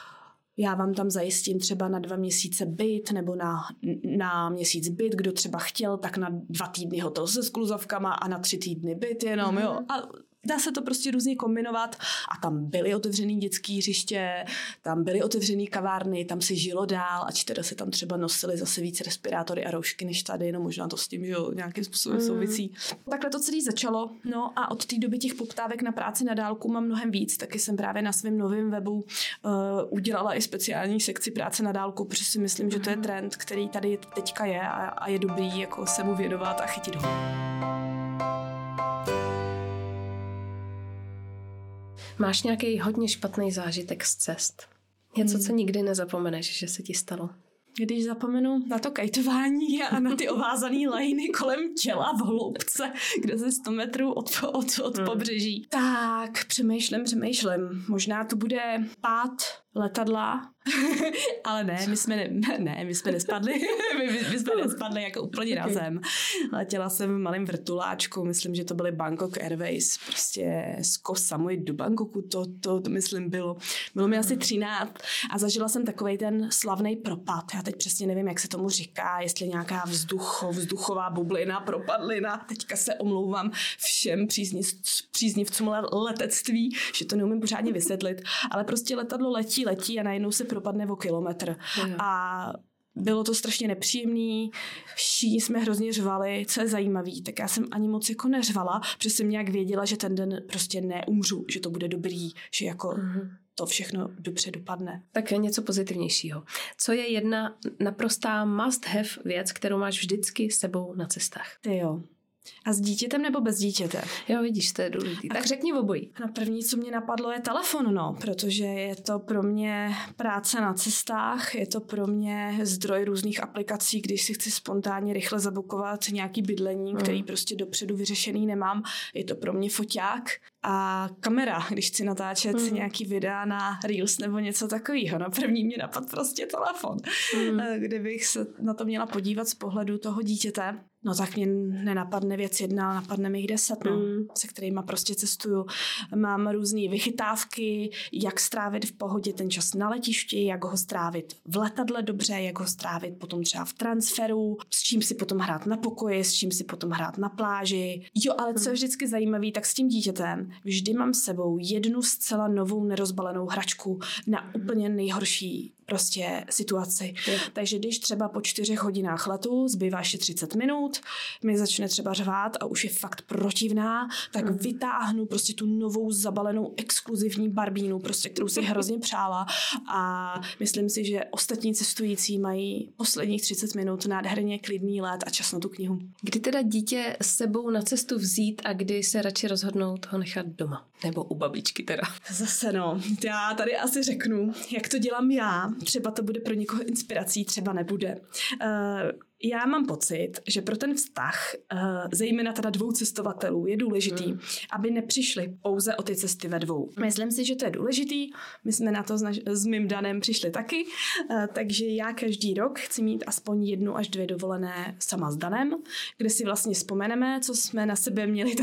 [SPEAKER 2] já vám tam zajistím třeba na 2 měsíce byt nebo na měsíc byt, kdo třeba chtěl, tak na 2 týdny hotel se skluzavkama a na 3 týdny byt jenom, A dá se to prostě různě kombinovat a tam byly otevřený dětský hřiště, tam byly otevřený kavárny, tam si žilo dál, ač teda se tam třeba nosily zase víc respirátory a roušky než tady, no možná to s tím, že nějakým způsobem souvisí. Takhle to celé začalo, no a od té doby těch poptávek na práci na dálku mám mnohem víc, taky jsem právě na svém novém webu udělala i speciální sekci práce na dálku, protože si myslím, že to je trend, který tady teďka je a je dobrý jako se mu věnovat a chytit ho.
[SPEAKER 3] Máš nějaký hodně špatný zážitek z cest? Něco, co nikdy nezapomeneš, že se ti stalo?
[SPEAKER 2] Když zapomenu na to kajtování a na ty ovázaný lajny kolem těla v hloubce, kde se 100 metrů od pobřeží. Tak, přemýšlím. Možná to bude pád letadla, ale ne, my jsme nespadli. my jsme nespadli jako úplně na zem. Letěla jsem v malém vrtuláčku, myslím, že to byly Bangkok Airways, prostě z Koh Samui do Bangkoku, to myslím bylo. Bylo mi asi 13 a zažila jsem takovej ten slavný propad. Já teď přesně nevím, jak se tomu říká, jestli nějaká vzduchová bublina, propadlina. Teďka se omlouvám všem příznivcům letectví, že to neumím pořádně vysvětlit, ale prostě letadlo letí a najednou se propadne o kilometr. A bylo to strašně nepříjemný, všichni jsme hrozně řvali, co je zajímavý, tak já jsem ani moc jako neřvala, protože jsem nějak věděla, že ten den prostě neumřu, že to bude dobrý, že jako to všechno dobře dopadne.
[SPEAKER 3] Tak něco pozitivnější. Co je jedna naprostá must have věc, kterou máš vždycky s sebou na cestách?
[SPEAKER 2] Ty jo. A s dítětem nebo bez dítěte?
[SPEAKER 3] Jo, vidíš, to je důležitý. Tak řekni obojí.
[SPEAKER 2] Na první, co mě napadlo, je telefon, protože je to pro mě práce na cestách, je to pro mě zdroj různých aplikací, když si chci spontánně rychle zabukovat nějaký bydlení, který prostě dopředu vyřešený nemám. Je to pro mě foťák a kamera, když chci natáčet nějaký videa na Reels nebo něco takového. Na první mě napadl prostě telefon. Kdybych se na to měla podívat z pohledu toho dítěte, no tak mě nenapadne věc jedna, ale napadne mi jich 10, se kterýma prostě cestuju. Mám různé vychytávky, jak strávit v pohodě ten čas na letišti, jak ho strávit v letadle dobře, jak ho strávit potom třeba v transferu, s čím si potom hrát na pokoji, s čím si potom hrát na pláži. Jo, ale co je vždycky zajímavý, tak s tím dítětem vždy mám s sebou jednu zcela novou nerozbalenou hračku na úplně nejhorší prostě situaci. Takže když třeba po 4 hodinách letu zbývá ještě 30 minut, mi začne třeba řvát a už je fakt protivná, tak vytáhnu prostě tu novou zabalenou exkluzivní barbínu, prostě, kterou si hrozně přála a myslím si, že ostatní cestující mají posledních 30 minut nádherně klidný let a čas na tu knihu.
[SPEAKER 3] Kdy teda dítě s sebou na cestu vzít a kdy se radši rozhodnout ho nechat doma? Nebo u babičky teda?
[SPEAKER 2] Zase já tady asi řeknu, jak to dělám já. Třeba to bude pro někoho inspirací, třeba nebude. Já mám pocit, že pro ten vztah, zejména teda 2 cestovatelů, je důležitý, aby nepřišli pouze o ty cesty ve 2. Myslím si, že to je důležitý. My jsme na to s mým Danem přišli taky, takže já každý rok chci mít aspoň 1 až 2 dovolené sama s Danem, kde si vlastně vzpomeneme, co jsme na sobě měli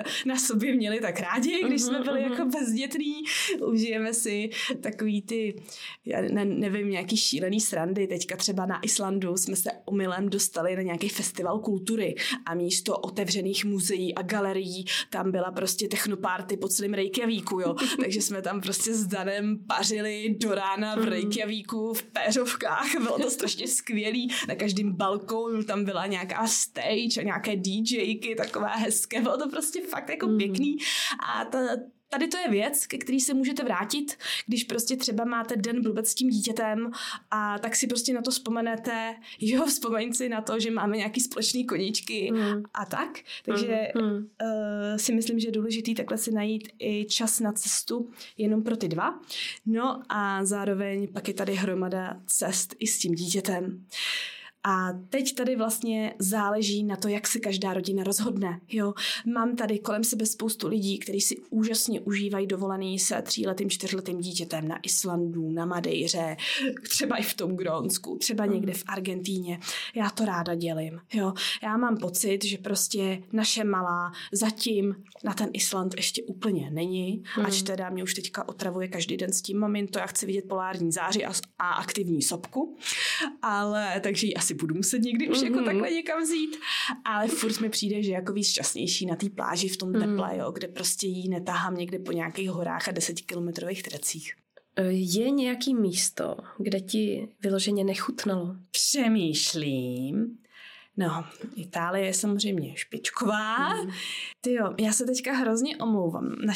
[SPEAKER 2] tak rádi, když jsme byli jako bezdětní. Užijeme si takový ty, já nevím, nějaký šílený srandy. Teďka třeba na Islandu jsme se omylem dostali na nějaký festival kultury a místo otevřených muzeí a galerií tam byla prostě technoparty po celém Reykjavíku, jo. Takže jsme tam prostě s Danem pařili do rána v Reykjavíku v péřovkách. Bylo to strašně skvělý. Na každém balkónu tam byla nějaká stage a nějaké DJky, takové hezké. Bylo to prostě fakt jako pěkný. A tady to je věc, ke který se můžete vrátit, když prostě třeba máte den blbec s tím dítětem a tak si prostě na to vzpomenete, vzpomeň si na to, že máme nějaký společný koníčky a tak. Takže si myslím, že je důležitý takhle si najít i čas na cestu jenom pro ty 2. No a zároveň pak je tady hromada cest i s tím dítětem. A teď tady vlastně záleží na to, jak se každá rodina rozhodne. Jo? Mám tady kolem sebe spoustu lidí, kteří si úžasně užívají dovolený se 3letým, 4letým dítětem na Islandu, na Madejře, třeba i v tom Grónsku, třeba někde v Argentíně. Já to ráda dělím. Jo? Já mám pocit, že prostě naše malá zatím na ten Island ještě úplně není, ač teda mě už teďka otravuje každý den s tím, maminto, já chci vidět polární záři a aktivní sopku, ale takže ji asi budu muset někdy už jako takhle někam vzít, ale furt mi přijde, že jako víc šťastnější na té pláži v tom teple, jo, kde prostě jí netahám někde po nějakých horách a 10kilometrových trecích.
[SPEAKER 3] Je nějaký místo, kde ti vyloženě nechutnalo?
[SPEAKER 2] Přemýšlím. No, Itálie je samozřejmě špičková. Tyjo, já se teďka hrozně omlouvám naší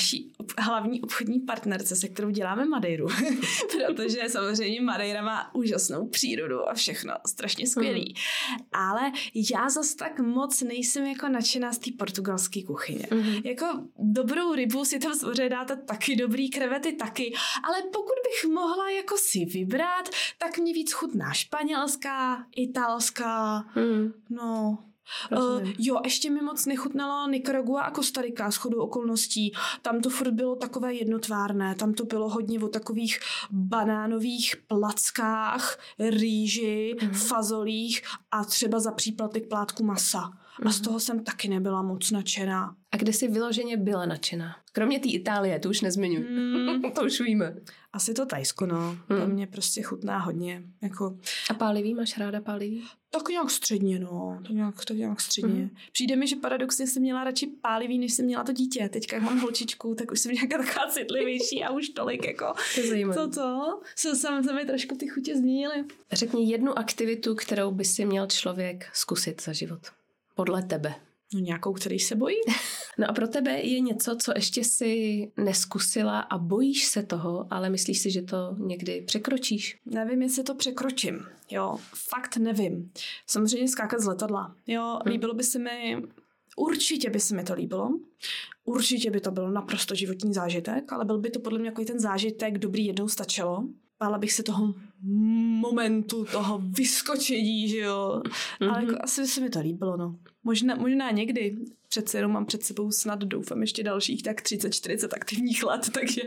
[SPEAKER 2] hlavní obchodní partnerce, se kterou děláme Madeiru, protože samozřejmě Madeira má úžasnou přírodu a všechno, strašně skvělý. Ale já zas tak moc nejsem jako nadšená z té portugalské kuchyně. Jako dobrou rybu si tam samozřejmě dáte taky, dobrý krevety taky, ale pokud bych mohla jako si vybrat, tak mě víc chutná španělská, italská, no... Jo, ještě mi moc nechutnalo Nicaragua a Kostarika shodou okolností. Tam to furt bylo takové jednotvárné, tam to bylo hodně o takových banánových plackách, rýži, fazolích a třeba za příplatek plátku masa. A z toho jsem taky nebyla moc nadšená.
[SPEAKER 3] A kde jsi vyloženě byla nadšená? Kromě té Itálie, to už nezmiňuji. To už víme.
[SPEAKER 2] Asi to Thajsko, no. To mě prostě chutná hodně. Jako...
[SPEAKER 3] A pálivý? Máš ráda pálivý?
[SPEAKER 2] Tak nějak středně, no. Tak nějak středně. Přijde mi, že paradoxně jsem měla radši pálivý, než jsem měla to dítě. Teďka, jak mám holčičku, tak už jsem nějaká taková citlivější a už tolik, jako...
[SPEAKER 3] To je zajímavé.
[SPEAKER 2] Se mi trošku ty chutě změnily.
[SPEAKER 3] Řekni jednu aktivitu, kterou by si měl člověk zkusit za život. Podle tebe.
[SPEAKER 2] No nějakou, který se bojí.
[SPEAKER 3] No a pro tebe je něco, co ještě si neskusila a bojíš se toho, ale myslíš si, že to někdy překročíš?
[SPEAKER 2] Nevím, jestli to překročím. Jo, fakt nevím. Samozřejmě skákat z letadla. Jo, líbilo by se mi, určitě by se mi to líbilo. Určitě by to bylo naprosto životní zážitek, ale byl by to podle mě jako ten zážitek dobrý, jednou stačilo. Bála bych se toho momentu, toho vyskočení, že jo. Ale jako asi by se mi to líbilo, no. Možná někdy. Přece jenom mám před sebou snad, doufám, ještě dalších tak 30-40 aktivních let, takže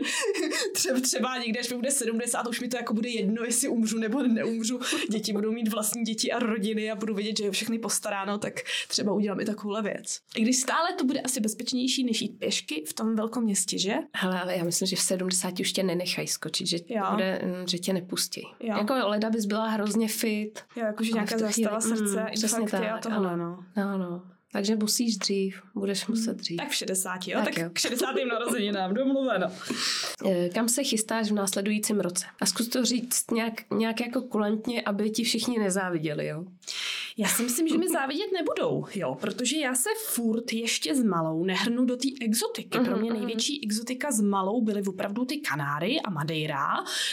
[SPEAKER 2] třeba někde, až mi bude 70, už mi to jako bude jedno, jestli umřu nebo neumřu. Děti budou mít vlastní děti a rodiny a budu vědět, že je všechny postaráno, tak třeba udělám i takovouhle věc. I když stále to bude asi bezpečnější, než jít pěšky v tom velkom městě, že?
[SPEAKER 3] Hele, ale já myslím, že v 70 už tě nenechají skočit, že tě nepustí. Jo. Jako leda bys byla hrozně fit.
[SPEAKER 2] Jo, jakože nějaká zástava srdce, infarkty a tohle, no.
[SPEAKER 3] No. Takže musíš dřív, budeš muset dřív.
[SPEAKER 2] Tak v 60, jo? Tak k 60. narozeninám, domluveno.
[SPEAKER 3] Kam se chystáš v následujícím roce? A zkus to říct nějak jako kulantně, aby ti všichni nezáviděli, jo?
[SPEAKER 2] Já si myslím, že mi závidět nebudou, jo, protože já se furt ještě s malou nehrnu do té exotiky. Pro mě největší exotika s malou byly opravdu ty Kanáry a Madeira,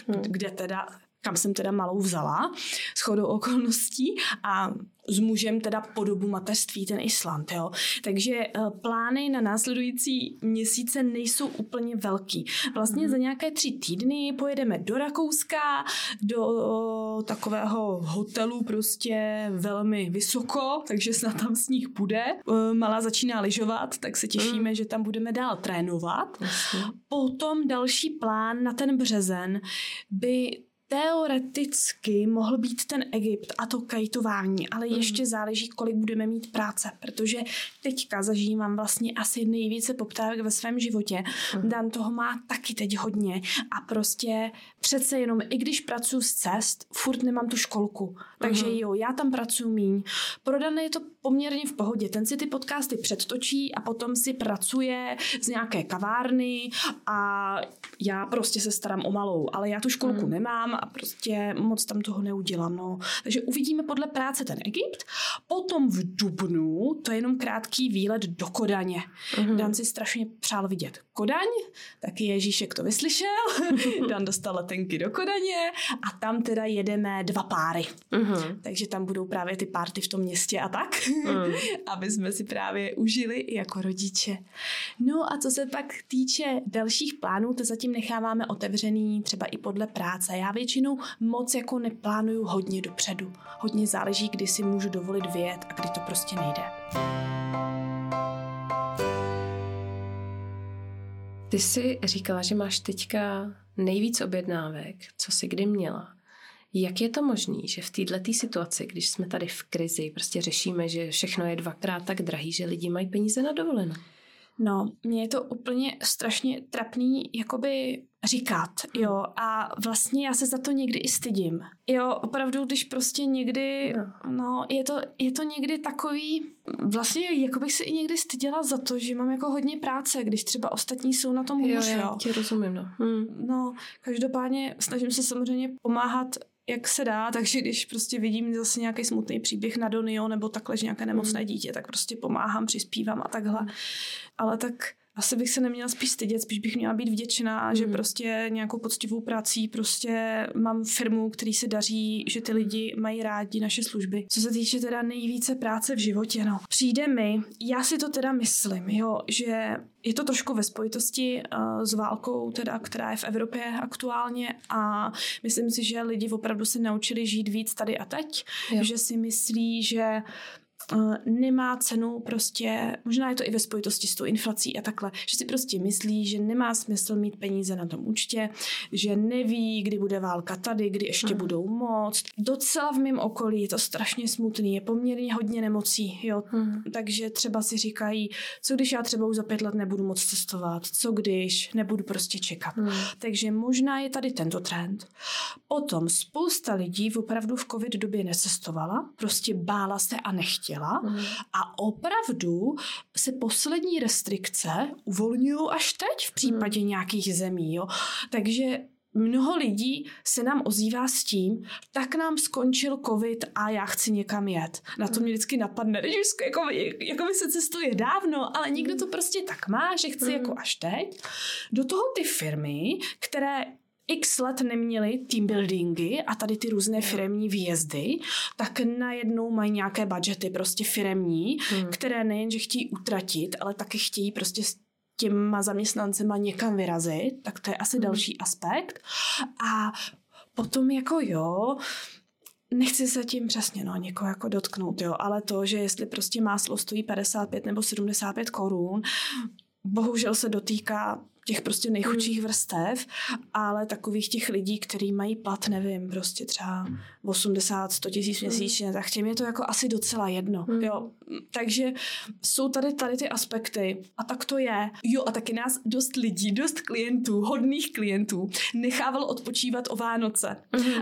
[SPEAKER 2] kam jsem teda malou vzala, shodou okolností, a s mužem teda po dobu mateřství ten Island, jo. Takže plány na následující měsíce nejsou úplně velký. Vlastně za nějaké 3 týdny pojedeme do Rakouska, do takového hotelu prostě velmi vysoko, takže snad tam sníh bude. Malá začíná lyžovat, tak se těšíme, že tam budeme dál trénovat. Potom další plán na ten březen by teoreticky mohl být ten Egypt a to kajtování, ale ještě záleží, kolik budeme mít práce, protože teďka zažívám vlastně asi nejvíce poptávek ve svém životě. Dan toho má taky teď hodně a prostě přece jenom, i když pracuji z cest, furt nemám tu školku. Takže jo, já tam pracuji míň. Pro Dana je to poměrně v pohodě. Ten si ty podcasty předtočí a potom si pracuje z nějaké kavárny a já prostě se starám o malou, ale já tu školku nemám a prostě moc tam toho neudělám. No. Takže uvidíme podle práce ten Egypt. Potom v dubnu, to je jenom krátký výlet do Kodaně. Dan si strašně přál vidět Kodaň, taky Ježíšek to vyslyšel. Dan dostal letenky do Kodaně a tam teda jedeme 2 páry. Takže tam budou právě ty párty v tom městě a tak, aby jsme si právě užili i jako rodiče. No a co se pak týče dalších plánů, to zatím necháváme otevřený třeba i podle práce. Já většinou moc jako neplánuju hodně dopředu. Hodně záleží, kdy si můžu dovolit vyjet a kdy to prostě nejde.
[SPEAKER 3] Ty jsi říkala, že máš teďka nejvíc objednávek, co jsi kdy měla. Jak je to možné, že v této situaci, když jsme tady v krizi, prostě řešíme, že všechno je 2x tak drahý, že lidi mají peníze na dovolenou?
[SPEAKER 2] No, mně je to úplně strašně trapný jakoby říkat, jo, a vlastně já se za to někdy i stydím. Jo, opravdu, když prostě někdy, no, je to někdy takový, vlastně jako bych se i někdy styděla za to, že mám jako hodně práce, když třeba ostatní jsou na tom hůř, jo.
[SPEAKER 3] Já tě rozumím, no.
[SPEAKER 2] No, každopádně snažím se samozřejmě pomáhat, jak se dá, takže když prostě vidím zase nějaký smutný příběh na Donio nebo takhle, že nějaké nemocné dítě, tak prostě pomáhám, přispívám a takhle. Ale tak asi bych se neměla spíš stydět, spíš bych měla být vděčná, že prostě nějakou poctivou prací prostě mám firmu, který se daří, že ty lidi mají rádi naše služby. Co se týče teda nejvíce práce v životě, no. Přijde mi, já si to teda myslím, jo, že je to trošku ve spojitosti s válkou, teda, která je v Evropě aktuálně a myslím si, že lidi opravdu se naučili žít víc tady a teď, že si myslí, že nemá cenu prostě, možná je to i ve spojitosti s tou inflací a takhle, že si prostě myslí, že nemá smysl mít peníze na tom účtě, že neví, kdy bude válka tady, kdy ještě budou moct. Docela v mém okolí je to strašně smutný, je poměrně hodně nemocí, jo. Takže třeba si říkají, co když já třeba už za 5 let nebudu moc cestovat, co když nebudu prostě čekat. Takže možná je tady tento trend. Potom spousta lidí opravdu v covid době necestovala, prostě bála se a nechtěla. A opravdu se poslední restrikce uvolňují až teď v případě nějakých zemí. Jo? Takže mnoho lidí se nám ozývá s tím, tak nám skončil covid a já chci někam jet. Na to mě vždycky napadne, jako by se cestuje dávno, ale někdo to prostě tak má, že chce jako až teď. Do toho ty firmy, které x let neměli team buildingy a tady ty různé firemní výjezdy, tak najednou mají nějaké budžety prostě firemní, které nejenže chtějí utratit, ale taky chtějí prostě s těma zaměstnancema někam vyrazit, tak to je asi další aspekt. A potom jako nechci se tím přesně někoho jako dotknout, ale to, že jestli prostě máslo stojí 55 nebo 75 korun, bohužel se dotýká těch prostě nejchudších vrstev, ale takových těch lidí, kteří mají plat, nevím, prostě třeba 80-100 tisíc měsíčně, tak těm je to jako asi docela jedno. Jo. Takže jsou tady ty aspekty a tak to je. Jo, a taky nás dost lidí, dost klientů, hodných klientů nechávalo odpočívat o Vánoce.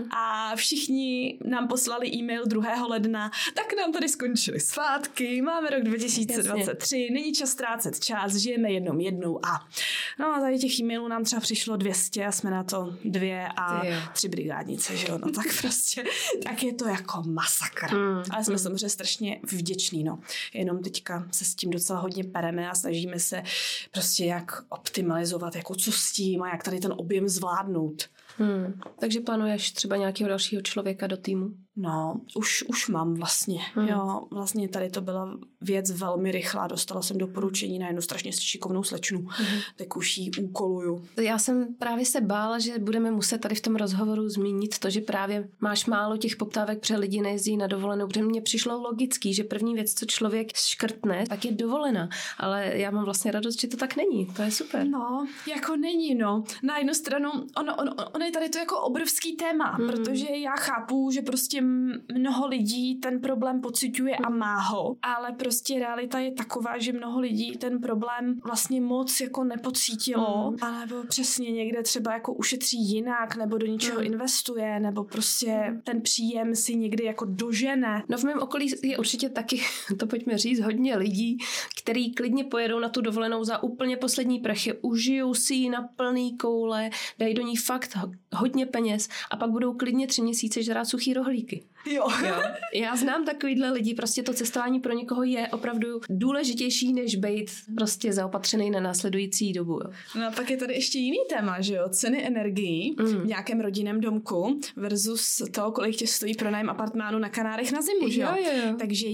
[SPEAKER 2] A všichni nám poslali e-mail 2. ledna, tak nám tady skončily svátky, máme rok 2023, není čas ztrácet čas, žijeme jenom jednou a no a tady těch e-mailů nám třeba přišlo 200 a jsme na to 2 a 3 brigádnice, že jo, no tak prostě, tak je to jako masakr. Ale jsme samozřejmě strašně vděční, no. Jenom teďka se s tím docela hodně pereme a snažíme se prostě jak optimalizovat, jako co s tím a jak tady ten objem zvládnout.
[SPEAKER 3] Takže plánuješ třeba nějakého dalšího člověka do týmu?
[SPEAKER 2] No, už mám vlastně. Jo, vlastně tady to byla věc velmi rychlá. Dostala jsem doporučení na jednu strašně šikovnou slečnu. Tak už ji úkoluju.
[SPEAKER 3] Já jsem právě se bála, že budeme muset tady v tom rozhovoru zmínit to, že právě máš málo těch poptávek, protože lidi nejezdí na dovolenou, kde mně přišlo logický, že první věc, co člověk škrtne, tak je dovolena. Ale já mám vlastně radost, že to tak není. To je super.
[SPEAKER 2] No, jako není, no. Na jednu stranu, ono je tady to jako obrovský téma, protože já chápu, že prostě mnoho lidí ten problém pociťuje a má ho, ale prostě realita je taková, že mnoho lidí ten problém vlastně moc jako nepocítilo, anebo přesně někde třeba jako ušetří jinak, nebo do něčeho investuje, nebo prostě ten příjem si někdy jako dožene.
[SPEAKER 3] No v mém okolí je určitě taky, to pojďme říct, hodně lidí, který klidně pojedou na tu dovolenou za úplně poslední prachy, užijou si ji na plný koule, dají do ní fakt hodně peněz a pak budou klidně 3 měsíce žrát suchý rohlíky.
[SPEAKER 2] Jo.
[SPEAKER 3] Já znám takovýhle lidi, prostě to cestování pro někoho je opravdu důležitější, než být prostě zaopatřený na následující dobu. Jo.
[SPEAKER 2] No a pak je tady ještě jiný téma, že jo, ceny energií v nějakém rodinném domku versus to, kolik tě stojí pronájem apartmánu na Kanárech na zimu, že jo?
[SPEAKER 3] Jo.
[SPEAKER 2] Takže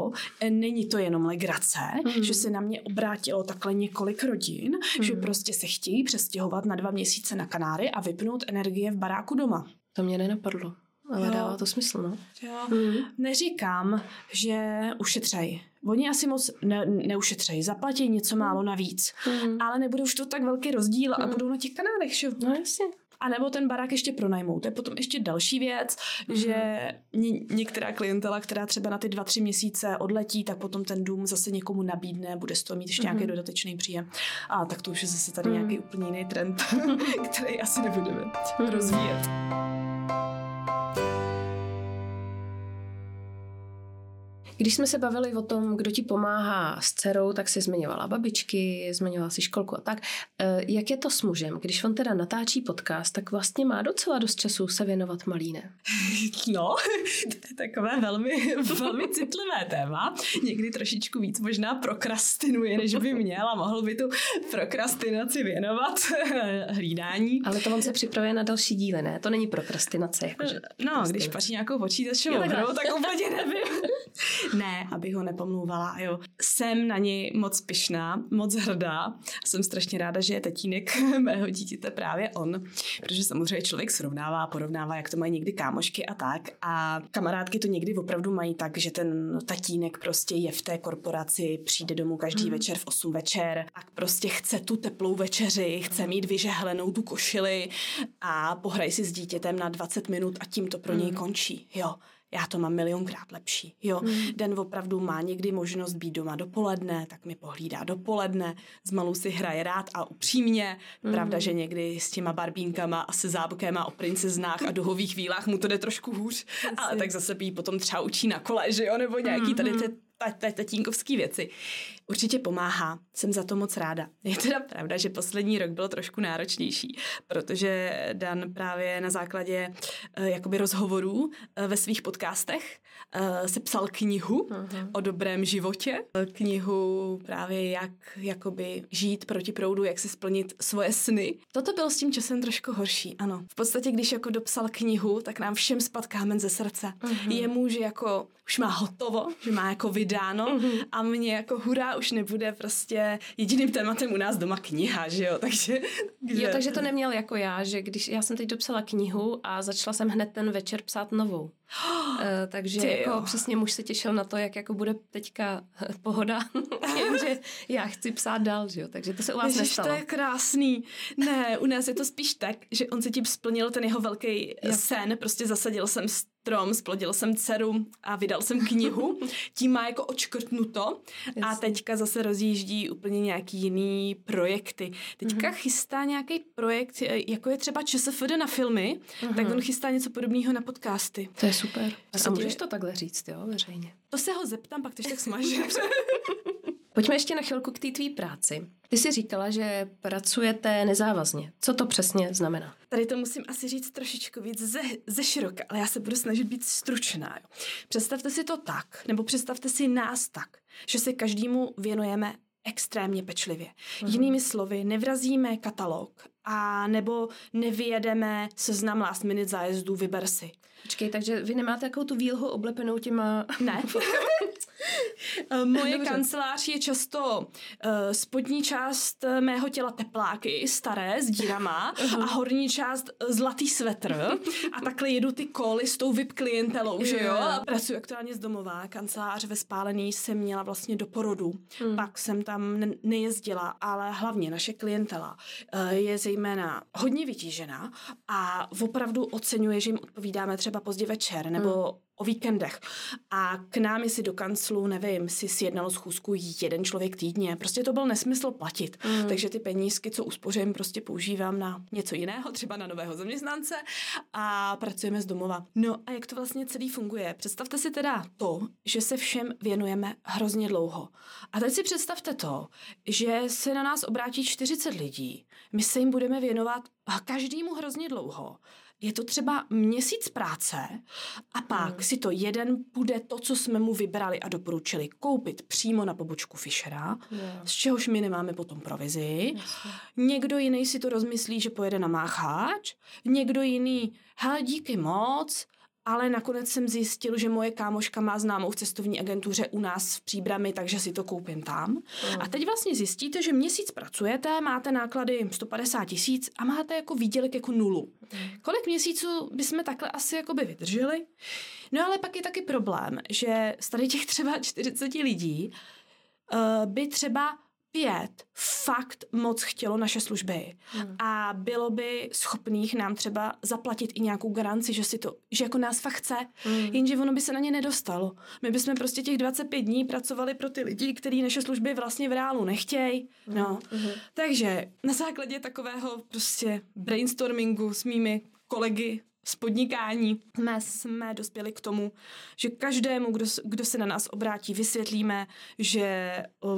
[SPEAKER 2] není to jenom legrace, že se na mě obrátilo takhle několik rodin, že prostě se chtějí přestěhovat na 2 měsíce na Kanáry a vypnout energie v baráku doma.
[SPEAKER 3] To mě nenapadlo. Ale dává to smysl, no.
[SPEAKER 2] Jo. Neříkám, že ušetřej. Oni asi moc neušetřej. Zaplatí něco málo navíc. Ale nebude už to tak velký rozdíl a budou na těch Kanárech, šo?
[SPEAKER 3] No jasně.
[SPEAKER 2] A nebo ten barák ještě pronajmou. To je potom ještě další věc, že některá klientela, která třeba na ty 2-3 měsíce odletí, tak potom ten dům zase někomu nabídne, bude z toho mít ještě nějaký dodatečný příjem. A tak to už je zase tady nějaký úplně jiný trend, který asi nebudeme rozvíjet.
[SPEAKER 3] Když jsme se bavili o tom, kdo ti pomáhá s dcerou, tak jsi zmiňovala babičky, zmiňovala si školku a tak. Jak je to s mužem? Když on teda natáčí podcast, tak vlastně má docela dost času se věnovat malý, ne?
[SPEAKER 2] No, to je takové velmi, velmi citlivé téma. Někdy trošičku víc možná prokrastinuje, než by měl a mohl by tu prokrastinaci věnovat hlídání.
[SPEAKER 3] Ale to on se připravuje na další díly, ne? To není prokrastinace. Jakože
[SPEAKER 2] no, když paří nějakou počítačovou hru, tak úplně nevím. Ne, abych ho nepomlouvala, jo. Jsem na něj moc pyšná, moc hrdá. Jsem strašně ráda, že je tatínek mého dítěte právě on, protože samozřejmě člověk srovnává, porovnává, jak to mají někdy kámošky a tak. A kamarádky to někdy opravdu mají tak, že ten tatínek prostě je v té korporaci, přijde domů každý večer v 8 večer a prostě chce tu teplou večeři, chce mít vyžehlenou tu košili a pohraj si s dítětem na 20 minut a tím to pro něj končí, jo. Já to mám milionkrát lepší. Jo. Den opravdu má někdy možnost být doma dopoledne, tak mi pohlídá dopoledne, s malou si hraje rád a upřímně. Pravda, že někdy s těma barbínkama a se zábkema o princeznách a duhových vílách mu to jde trošku hůř, ale tak zase jí potom třeba učí na kole, že jo, nebo nějaký tady tatínkovský věci. Určitě pomáhá, jsem za to moc ráda. Je teda pravda, že poslední rok byl trošku náročnější, protože Dan právě na základě jakoby rozhovorů ve svých podcastech sepsal knihu o dobrém životě. Knihu právě jak jakoby žít proti proudu, jak si splnit svoje sny. Toto bylo s tím časem trošku horší, ano. V podstatě, když jako dopsal knihu, tak nám všem spadl kámen ze srdce. Jemu, že jako už má hotovo, že má jako vydáno a mě jako hurá už nebude prostě jediným tématem u nás doma kniha, že jo, takže...
[SPEAKER 3] Jo, takže to neměl jako já, že když já jsem teď dopsala knihu a začala jsem hned ten večer psát novou. Takže jako přesně muž se těšil na to, jak jako bude teďka pohoda, jenže já chci psát dál, že jo, takže to se u vás nestalo.
[SPEAKER 2] To je krásný. Ne, u nás je to spíš tak, že on se tím splnil ten jeho velký sen, prostě zasadil jsem strom, splodil jsem dceru a vydal jsem knihu, tím má jako odškrtnuto a teďka zase rozjíždí úplně nějaký jiný projekty. Teďka chystá nějaký projekt, jako je třeba ČSFD na filmy, tak on chystá něco podobného na podcasty.
[SPEAKER 3] To je super. A můžeš to takhle říct, jo, veřejně?
[SPEAKER 2] To se ho zeptám, pak to tak smaže.
[SPEAKER 3] Pojďme ještě na chvilku k té tvý práci. Ty jsi říkala, že pracujete nezávazně. Co to přesně znamená?
[SPEAKER 2] Tady to musím asi říct trošičku víc ze široka, ale já se budu snažit být stručná. Jo. Představte si to tak, nebo představte si nás tak, že se každému věnujeme extrémně pečlivě. Jinými slovy, nevrazíme katalog a nebo nevyjedeme seznam last minute zájezdů, vyber si.
[SPEAKER 3] Počkej, takže vy nemáte takovou tu výlhu oblepenou těma...
[SPEAKER 2] Ne. Moje kancelář je často spodní část mého těla tepláky, staré, s dírama a horní část zlatý svetr a takhle jedu ty koly s tou VIP klientelou, že jo? A pracuji aktuálně z domova. Kancelář ve Spálený jsem měla vlastně do porodu. Pak jsem tam nejezdila, ale hlavně naše klientela je zejména hodně vytížená a opravdu oceňuje, že jim odpovídáme třeba pozdě večer nebo o víkendech. A k nám, jestli do kanclu, nevím, si sjednalo schůzku jeden člověk týdně. Prostě to byl nesmysl platit. Takže ty penízky, co uspořím, prostě používám na něco jiného, třeba na nového zaměstnance a pracujeme z domova. No a jak to vlastně celý funguje? Představte si teda to, že se všem věnujeme hrozně dlouho. A teď si představte to, že se na nás obrátí 40 lidí. My se jim budeme věnovat každému hrozně dlouho. Je to třeba měsíc práce a pak si to jeden bude to, co jsme mu vybrali a doporučili koupit přímo na pobočku Fischera, z čehož my nemáme potom provizi. Někdo jiný si to rozmyslí, že pojede na Mácháč, někdo jiný, hele, díky moc, ale nakonec jsem zjistil, že moje kámoška má známou v cestovní agentuře u nás v Příbrami, takže si to koupím tam. A teď vlastně zjistíte, že měsíc pracujete, máte náklady 150 000 a máte jako výdělek jako 0. Kolik měsíců bychom takhle asi jakoby vydrželi? No ale pak je taky problém, že z tady těch třeba 40 lidí by třeba 5 fakt moc chtělo naše služby a bylo by schopných nám třeba zaplatit i nějakou garanci, že jako nás fakt chce, jenže ono by se na ně nedostalo. My bychom prostě těch 25 dní pracovali pro ty lidi, kteří naše služby vlastně v reálu nechtějí. No. Takže na základě takového prostě brainstormingu s mými kolegy z podnikání jsme dospěli k tomu, že každému, kdo se na nás obrátí, vysvětlíme, že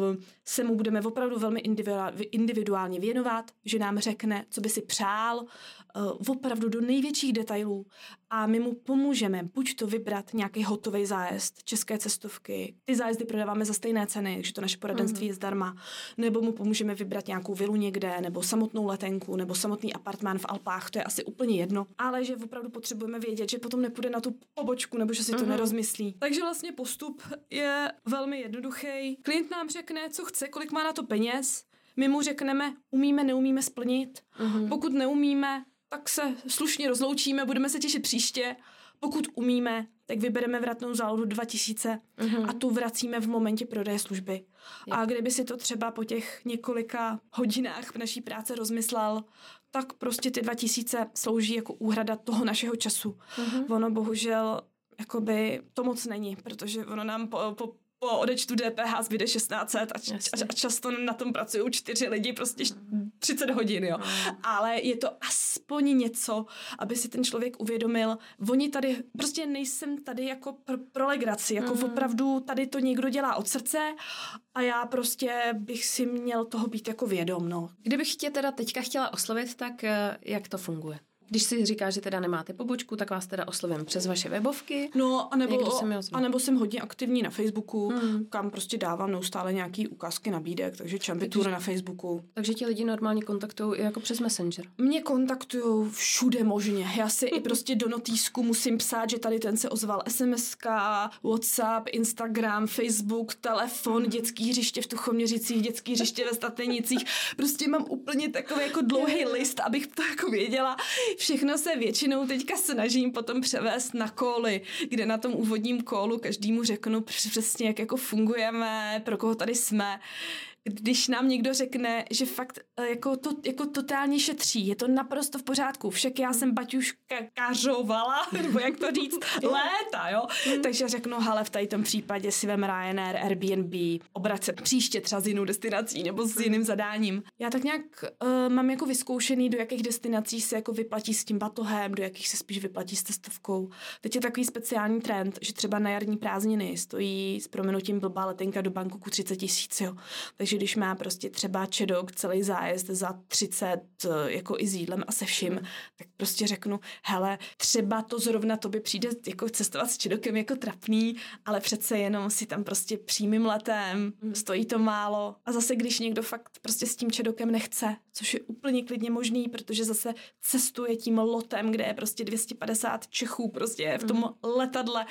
[SPEAKER 2] se mu budeme opravdu velmi individuálně věnovat, že nám řekne, co by si přál, opravdu do největších detailů a my mu pomůžeme buď to vybrat nějaký hotový zájezd, české cestovky, ty zájezdy prodáváme za stejné ceny, takže to naše poradenství je zdarma, nebo mu pomůžeme vybrat nějakou vilu někde, nebo samotnou letenku, nebo samotný apartmán v Alpách, to je asi úplně jedno, ale že opravdu potřebujeme vědět, že potom nepůjde na tu pobočku, nebo že si to nerozmyslí. Takže vlastně postup je velmi jednoduchý. Klient nám řekne, co chce, kolik má na to peněz, my mu řekneme, umíme, neumíme splnit. Pokud neumíme, tak se slušně rozloučíme, budeme se těšit příště. Pokud umíme, tak vybereme vratnou zálohu 2000 a tu vracíme v momentě prodeje služby. A kdyby si to třeba po těch několika hodinách v naší práci rozmyslel, tak prostě ty 2000 slouží jako úhrada toho našeho času. Ono bohužel jakoby to moc není, protože ono nám po odečtu DPH zbyde 1600 a často na tom pracují 4 lidi, prostě 30 hodin, jo. Ale je to aspoň něco, aby si ten člověk uvědomil, oni tady, prostě nejsem tady jako pro legraci, jako opravdu tady to někdo dělá od srdce a já prostě bych si měl toho být jako vědom, no.
[SPEAKER 3] Kdybych tě teda teďka chtěla oslovit, tak jak to funguje? Když si říká, že teda nemáte pobočku, tak vás teda oslovím přes vaše webovky.
[SPEAKER 2] No, anebo jsem hodně aktivní na Facebooku, kam prostě dávám neustále nějaký ukázky nabídek, takže Čambitur na Facebooku.
[SPEAKER 3] Takže ti lidi normálně kontaktují i jako přes Messenger?
[SPEAKER 2] Mě kontaktujou všude možně. Já si i prostě do notýsku musím psát, že tady ten se ozval SMS-ka, WhatsApp, Instagram, Facebook, telefon, dětský hřiště v Tuchoměřicích, dětský hřiště ve Statenicích. Prostě mám úplně takový jako dlouhý list, abych to jako věděla. Všechno se většinou teďka snažím potom převést na cally, kde na tom úvodním callu každému řeknu přesně, jak jako fungujeme, pro koho tady jsme. Když nám někdo řekne, že fakt jako totálně šetří, je to naprosto v pořádku. Však já jsem baťuškařovala, nebo jak to říct, léta, jo. Takže řeknu, hele, v tady tom případě si vem Ryanair, Airbnb, obrať se příště třeba s jinou destinací nebo s jiným zadáním. Já tak nějak mám jako vyzkoušený, do jakých destinací se jako vyplatí s tím batohem, do jakých se spíš vyplatí s cestovkou. Teď je takový speciální trend, že třeba na jarní prázdniny stojí s prominutím blbá letenka do Bangkoku 30 000, jo. Takže když má prostě třeba čedok celý zájezd za 30, jako i s jídlem a se vším, tak prostě řeknu, hele, třeba to zrovna tobě přijde jako cestovat s čedokem jako trapný, ale přece jenom si tam prostě přímým letem, stojí to málo. A zase, když někdo fakt prostě s tím čedokem nechce, což je úplně klidně možný, protože zase cestuje tím lotem, kde je prostě 250 Čechů prostě v tom letadle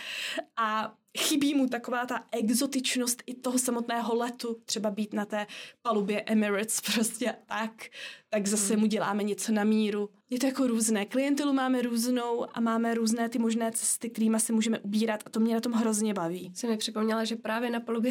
[SPEAKER 2] a chybí mu taková ta exotičnost i toho samotného letu, třeba být na té palubě Emirates prostě tak zase mu děláme něco na míru. Je to jako různé. Klientelu máme různou a máme různé ty možné cesty, kterými se můžeme ubírat a to mě na tom hrozně baví.
[SPEAKER 3] Jsem mi připomněla, že právě na palubě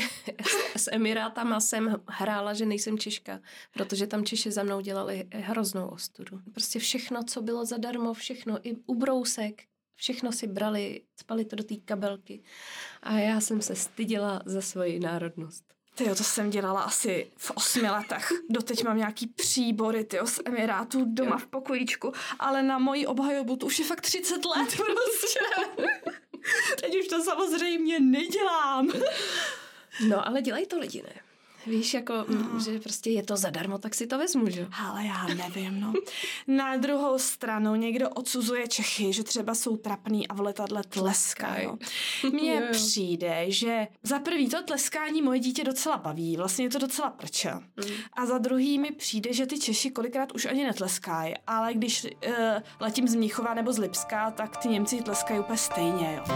[SPEAKER 3] s Emirátama jsem hrála, že nejsem Češka, protože tam Češi za mnou dělali hroznou ostudu. Prostě všechno, co bylo zadarmo, všechno, i ubrousek, všechno si brali, spali to do té kabelky a já jsem se styděla za svoji národnost.
[SPEAKER 2] Tyjo, to jsem dělala asi v 8 letech. Doteď mám nějaký příbory, tyjo, z Emirátů doma v pokojíčku, ale na moji obhajobu to už je fakt 30 let prostě. Teď už to samozřejmě nedělám.
[SPEAKER 3] No, ale dělají to lidi, ne? Víš, jako, že prostě je to zadarmo, tak si to vezmu, že?
[SPEAKER 2] Ale já nevím, no. Na druhou stranu někdo odsuzuje Čechy, že třeba jsou trapný a v letadle tleskají. Mně přijde, že za prvý to tleskání moje dítě docela baví, vlastně je to docela prče. A za druhý mi přijde, že ty Češi kolikrát už ani netleskají, ale když letím z Mnichova nebo z Lipska, tak ty Němci tleskají úplně stejně, jo.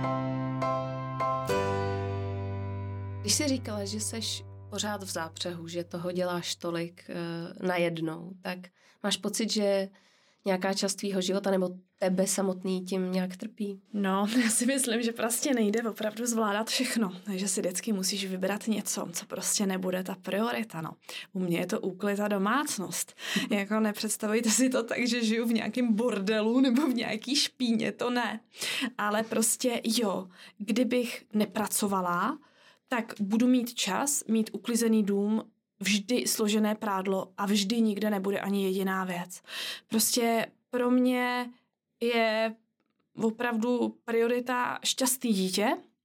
[SPEAKER 3] Když jsi říkala, že seš pořád v zápřehu, že toho děláš tolik najednou, tak máš pocit, že nějaká část tvýho života nebo tebe samotný tím nějak trpí?
[SPEAKER 2] No, já si myslím, že prostě nejde opravdu zvládat všechno. Takže si vždycky musíš vybrat něco, co prostě nebude ta priorita, no. U mě je to úklid a domácnost. Jako nepředstavujte si to tak, že žiju v nějakém bordelu nebo v nějaký špíně, to ne. Ale prostě jo, kdybych nepracovala, tak budu mít čas, mít uklizený dům, vždy složené prádlo a vždy nikde nebude ani jediná věc. Prostě pro mě je opravdu priorita šťastný dítě,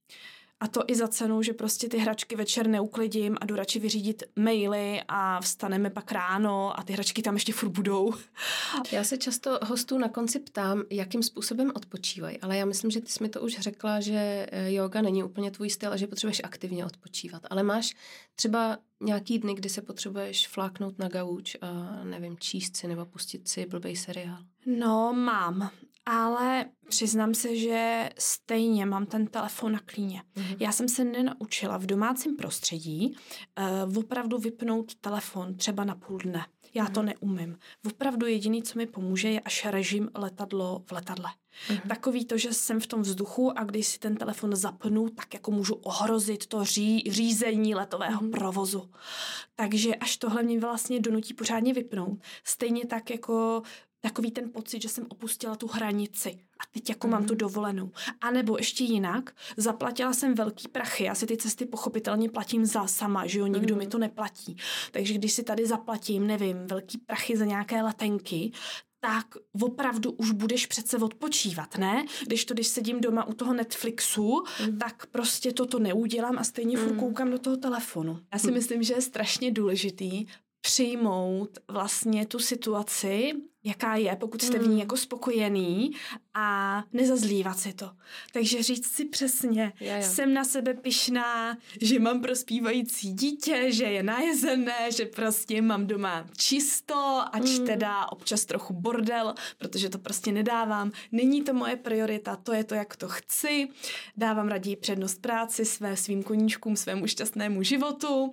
[SPEAKER 2] a to i za cenu, že prostě ty hračky večer neuklidím a jdu radši vyřídit maily a vstaneme pak ráno a ty hračky tam ještě furt budou.
[SPEAKER 3] Já se často hostů na konci ptám, jakým způsobem odpočívají, ale já myslím, že ty jsi mi to už řekla, že yoga není úplně tvůj styl a že potřebuješ aktivně odpočívat. Ale máš třeba nějaký dny, kdy se potřebuješ fláknout na gauč a nevím, číst si nebo pustit si blbej seriál?
[SPEAKER 2] No, mám. Ale přiznám se, že stejně mám ten telefon na klíně. Já jsem se nenaučila v domácím prostředí opravdu vypnout telefon třeba na půl dne. Já to neumím. Opravdu jediný, co mi pomůže, je až režim letadlo v letadle. Takový to, že jsem v tom vzduchu a když si ten telefon zapnu, tak jako můžu ohrozit to řízení letového provozu. Takže až tohle mě vlastně donutí pořádně vypnout. Stejně tak jako takový ten pocit, že jsem opustila tu hranici a teď jako mám tu dovolenou. A nebo ještě jinak, zaplatila jsem velký prachy, já si ty cesty pochopitelně platím sama, že jo, nikdo mi to neplatí. Takže když si tady zaplatím, nevím, velký prachy za nějaké letenky, tak opravdu už budeš přece odpočívat, ne? Když sedím doma u toho Netflixu, tak prostě toto neudělám a stejně furt koukám do toho telefonu. Já si myslím, že je strašně důležitý přijmout vlastně tu situaci, jaká je, pokud jste v ní jako spokojený a nezazlívat si to. Takže říct si přesně, jsem na sebe pyšná, že mám prospívající dítě, že je najezené, že prostě mám doma čisto, ač teda občas trochu bordel, protože to prostě nedávám. Není to moje priorita, to je to, jak to chci. Dávám raději přednost práci, svým koníčkům, svému šťastnému životu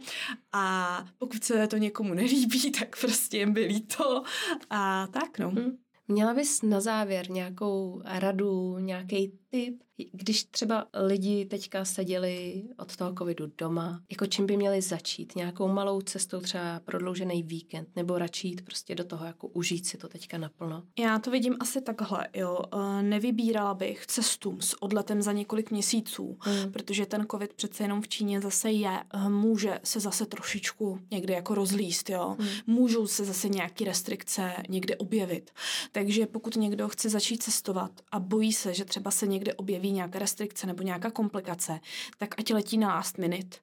[SPEAKER 2] a pokud se to někomu nelíbí, tak prostě je mi líto a tak no.
[SPEAKER 3] Měla bys na závěr nějakou radu, nějaký tip, když třeba lidi teďka seděli od toho covidu doma, jako čím by měli začít? Nějakou malou cestou, třeba prodloužený víkend, nebo radši jít prostě do toho, jako užít si to teďka naplno?
[SPEAKER 2] Já to vidím asi takhle, jo. Nevybírala bych cestu s odletem za několik měsíců, protože ten covid přece jenom v Číně zase může se zase trošičku někde jako rozlíst, jo. Můžou se zase nějaký restrikce někde objevit. Takže pokud někdo chce začít cestovat a bojí se, že třeba se někde objeví nějaká restrikce nebo nějaká komplikace, tak ať letí na last minute.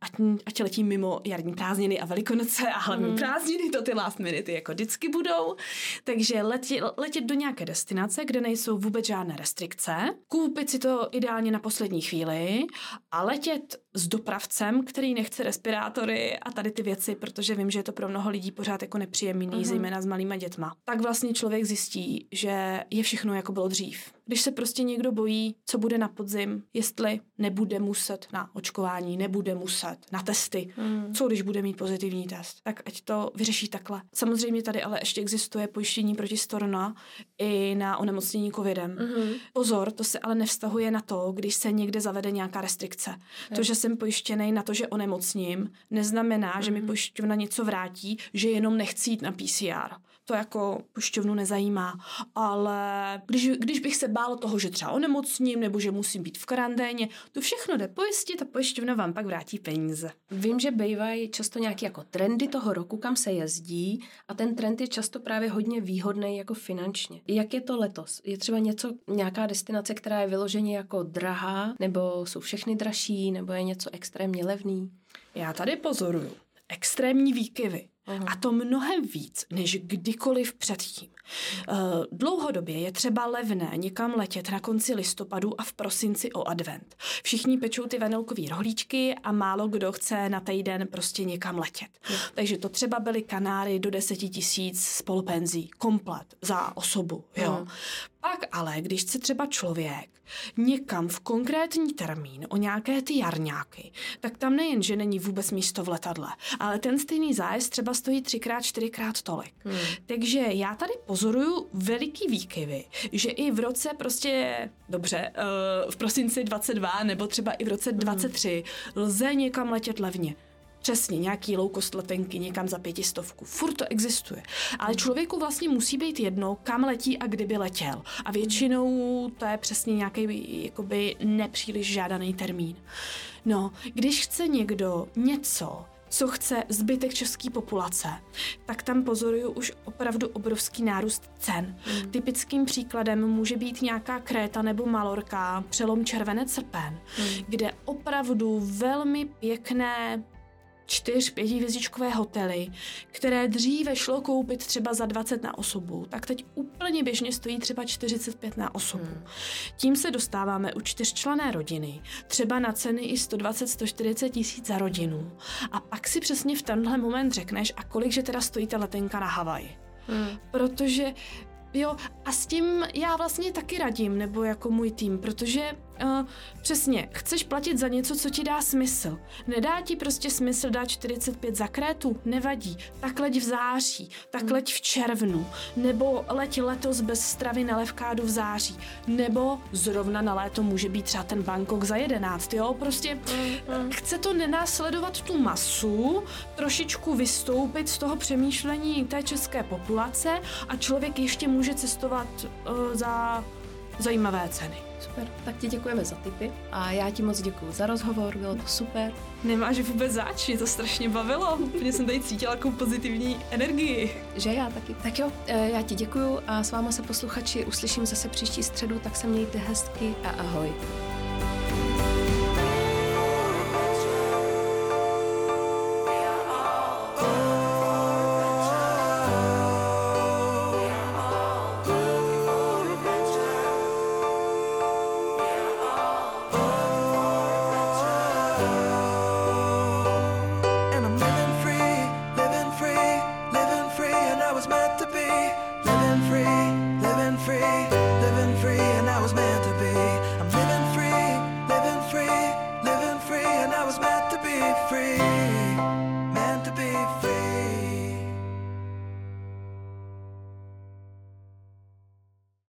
[SPEAKER 2] Ať letí mimo jarní prázdniny a Velikonoce a hlavní prázdniny, to ty last minute jako vždycky budou. Takže letět do nějaké destinace, kde nejsou vůbec žádné restrikce, koupit si to ideálně na poslední chvíli a letět s dopravcem, který nechce respirátory a tady ty věci, protože vím, že je to pro mnoho lidí pořád jako nepříjemný, zejména s malýma dětma. Tak vlastně člověk zjistí, že je všechno jako bylo dřív. Když se prostě někdo bojí, co bude na podzim, jestli nebude muset na očkování, nebude muset na testy, co když bude mít pozitivní test, tak ať to vyřeší takhle. Samozřejmě tady ale ještě existuje pojištění proti storna i na onemocnění covidem. Pozor, to se ale nevztahuje na to, když se někde zavede nějaká restrikce. To, že jsem pojištěnej na to, že onemocním, neznamená, že mi pojišťovna něco vrátí, že jenom nechci jít na PCR. To jako pojišťovnu nezajímá. Ale když bych se bál toho, že třeba onemocním nebo že musím být v karanténě, to všechno jde pojistit a pojišťovna vám pak vrátí peníze.
[SPEAKER 3] Vím, že bývají často nějaké jako trendy toho roku, kam se jezdí a ten trend je často právě hodně výhodný jako finančně. Jak je to letos? Je třeba nějaká destinace, která je vyloženě jako drahá, nebo jsou všechny dražší, nebo je něco extrémně levný?
[SPEAKER 2] Já tady pozoruju extrémní výkyvy. A to mnohem víc, než kdykoliv předtím. Dlouhodobě je třeba levné někam letět na konci listopadu a v prosinci o advent. Všichni pečou ty vanilkový rohlíčky a málo kdo chce na týden prostě někam letět. Takže to třeba byly Kanáry do 10 000 spolupenzí, komplet za osobu. Jo. Pak ale, když chce třeba člověk někam v konkrétní termín o nějaké ty jarňáky, tak tam nejen, že není vůbec místo v letadle, ale ten stejný zájezd třeba stojí 3x, 4x tolik. Takže já tady pozoruju veliký výkyvy, že i v roce v prosinci 22 nebo třeba i v roce 23 lze někam letět levně. Přesně, nějaký low cost letenky někam za 500. Furt to existuje. Ale člověku vlastně musí být jedno, kam letí a kdyby letěl. A většinou to je přesně nějaký jakoby nepříliš žádaný termín. No, když chce někdo něco
[SPEAKER 4] co chce zbytek české populace, tak tam pozoruju už opravdu obrovský nárůst cen. Typickým příkladem může být nějaká Kréta nebo Malorka, přelom červenec-srpen, kde opravdu velmi pěkné 4-5 hvězdičkové hotely, které dříve šlo koupit třeba za 20 na osobu, tak teď úplně běžně stojí třeba 45 na osobu. Tím se dostáváme u 4členné rodiny, třeba na ceny i 120-140 tisíc za rodinu. A pak si přesně v tenhle moment řekneš, a kolik že teda stojí ta letenka na Havaj. Protože jo, a s tím já vlastně taky radím, nebo jako můj tým, protože přesně, chceš platit za něco, co ti dá smysl. Nedá ti prostě smysl dát 45 za Krétu? Nevadí. Tak leď v září, tak leď v červnu, nebo leď letos bez stravy na Levkádu v září, nebo zrovna na léto může být třeba ten Bangkok za 11, jo, prostě chce to nenásledovat tu masu, trošičku vystoupit z toho přemýšlení té české populace a člověk ještě může cestovat za zajímavé ceny.
[SPEAKER 3] Super, tak ti děkujeme za tipy a já ti moc děkuju za rozhovor, bylo to super.
[SPEAKER 4] Nemáš vůbec zač, mě to strašně bavilo, úplně jsem tady cítila takovou pozitivní energii.
[SPEAKER 3] Že já taky. Tak jo, já ti děkuju a s váma se posluchači uslyším zase příští středu, tak se mějte hezky a ahoj.
[SPEAKER 5] Free.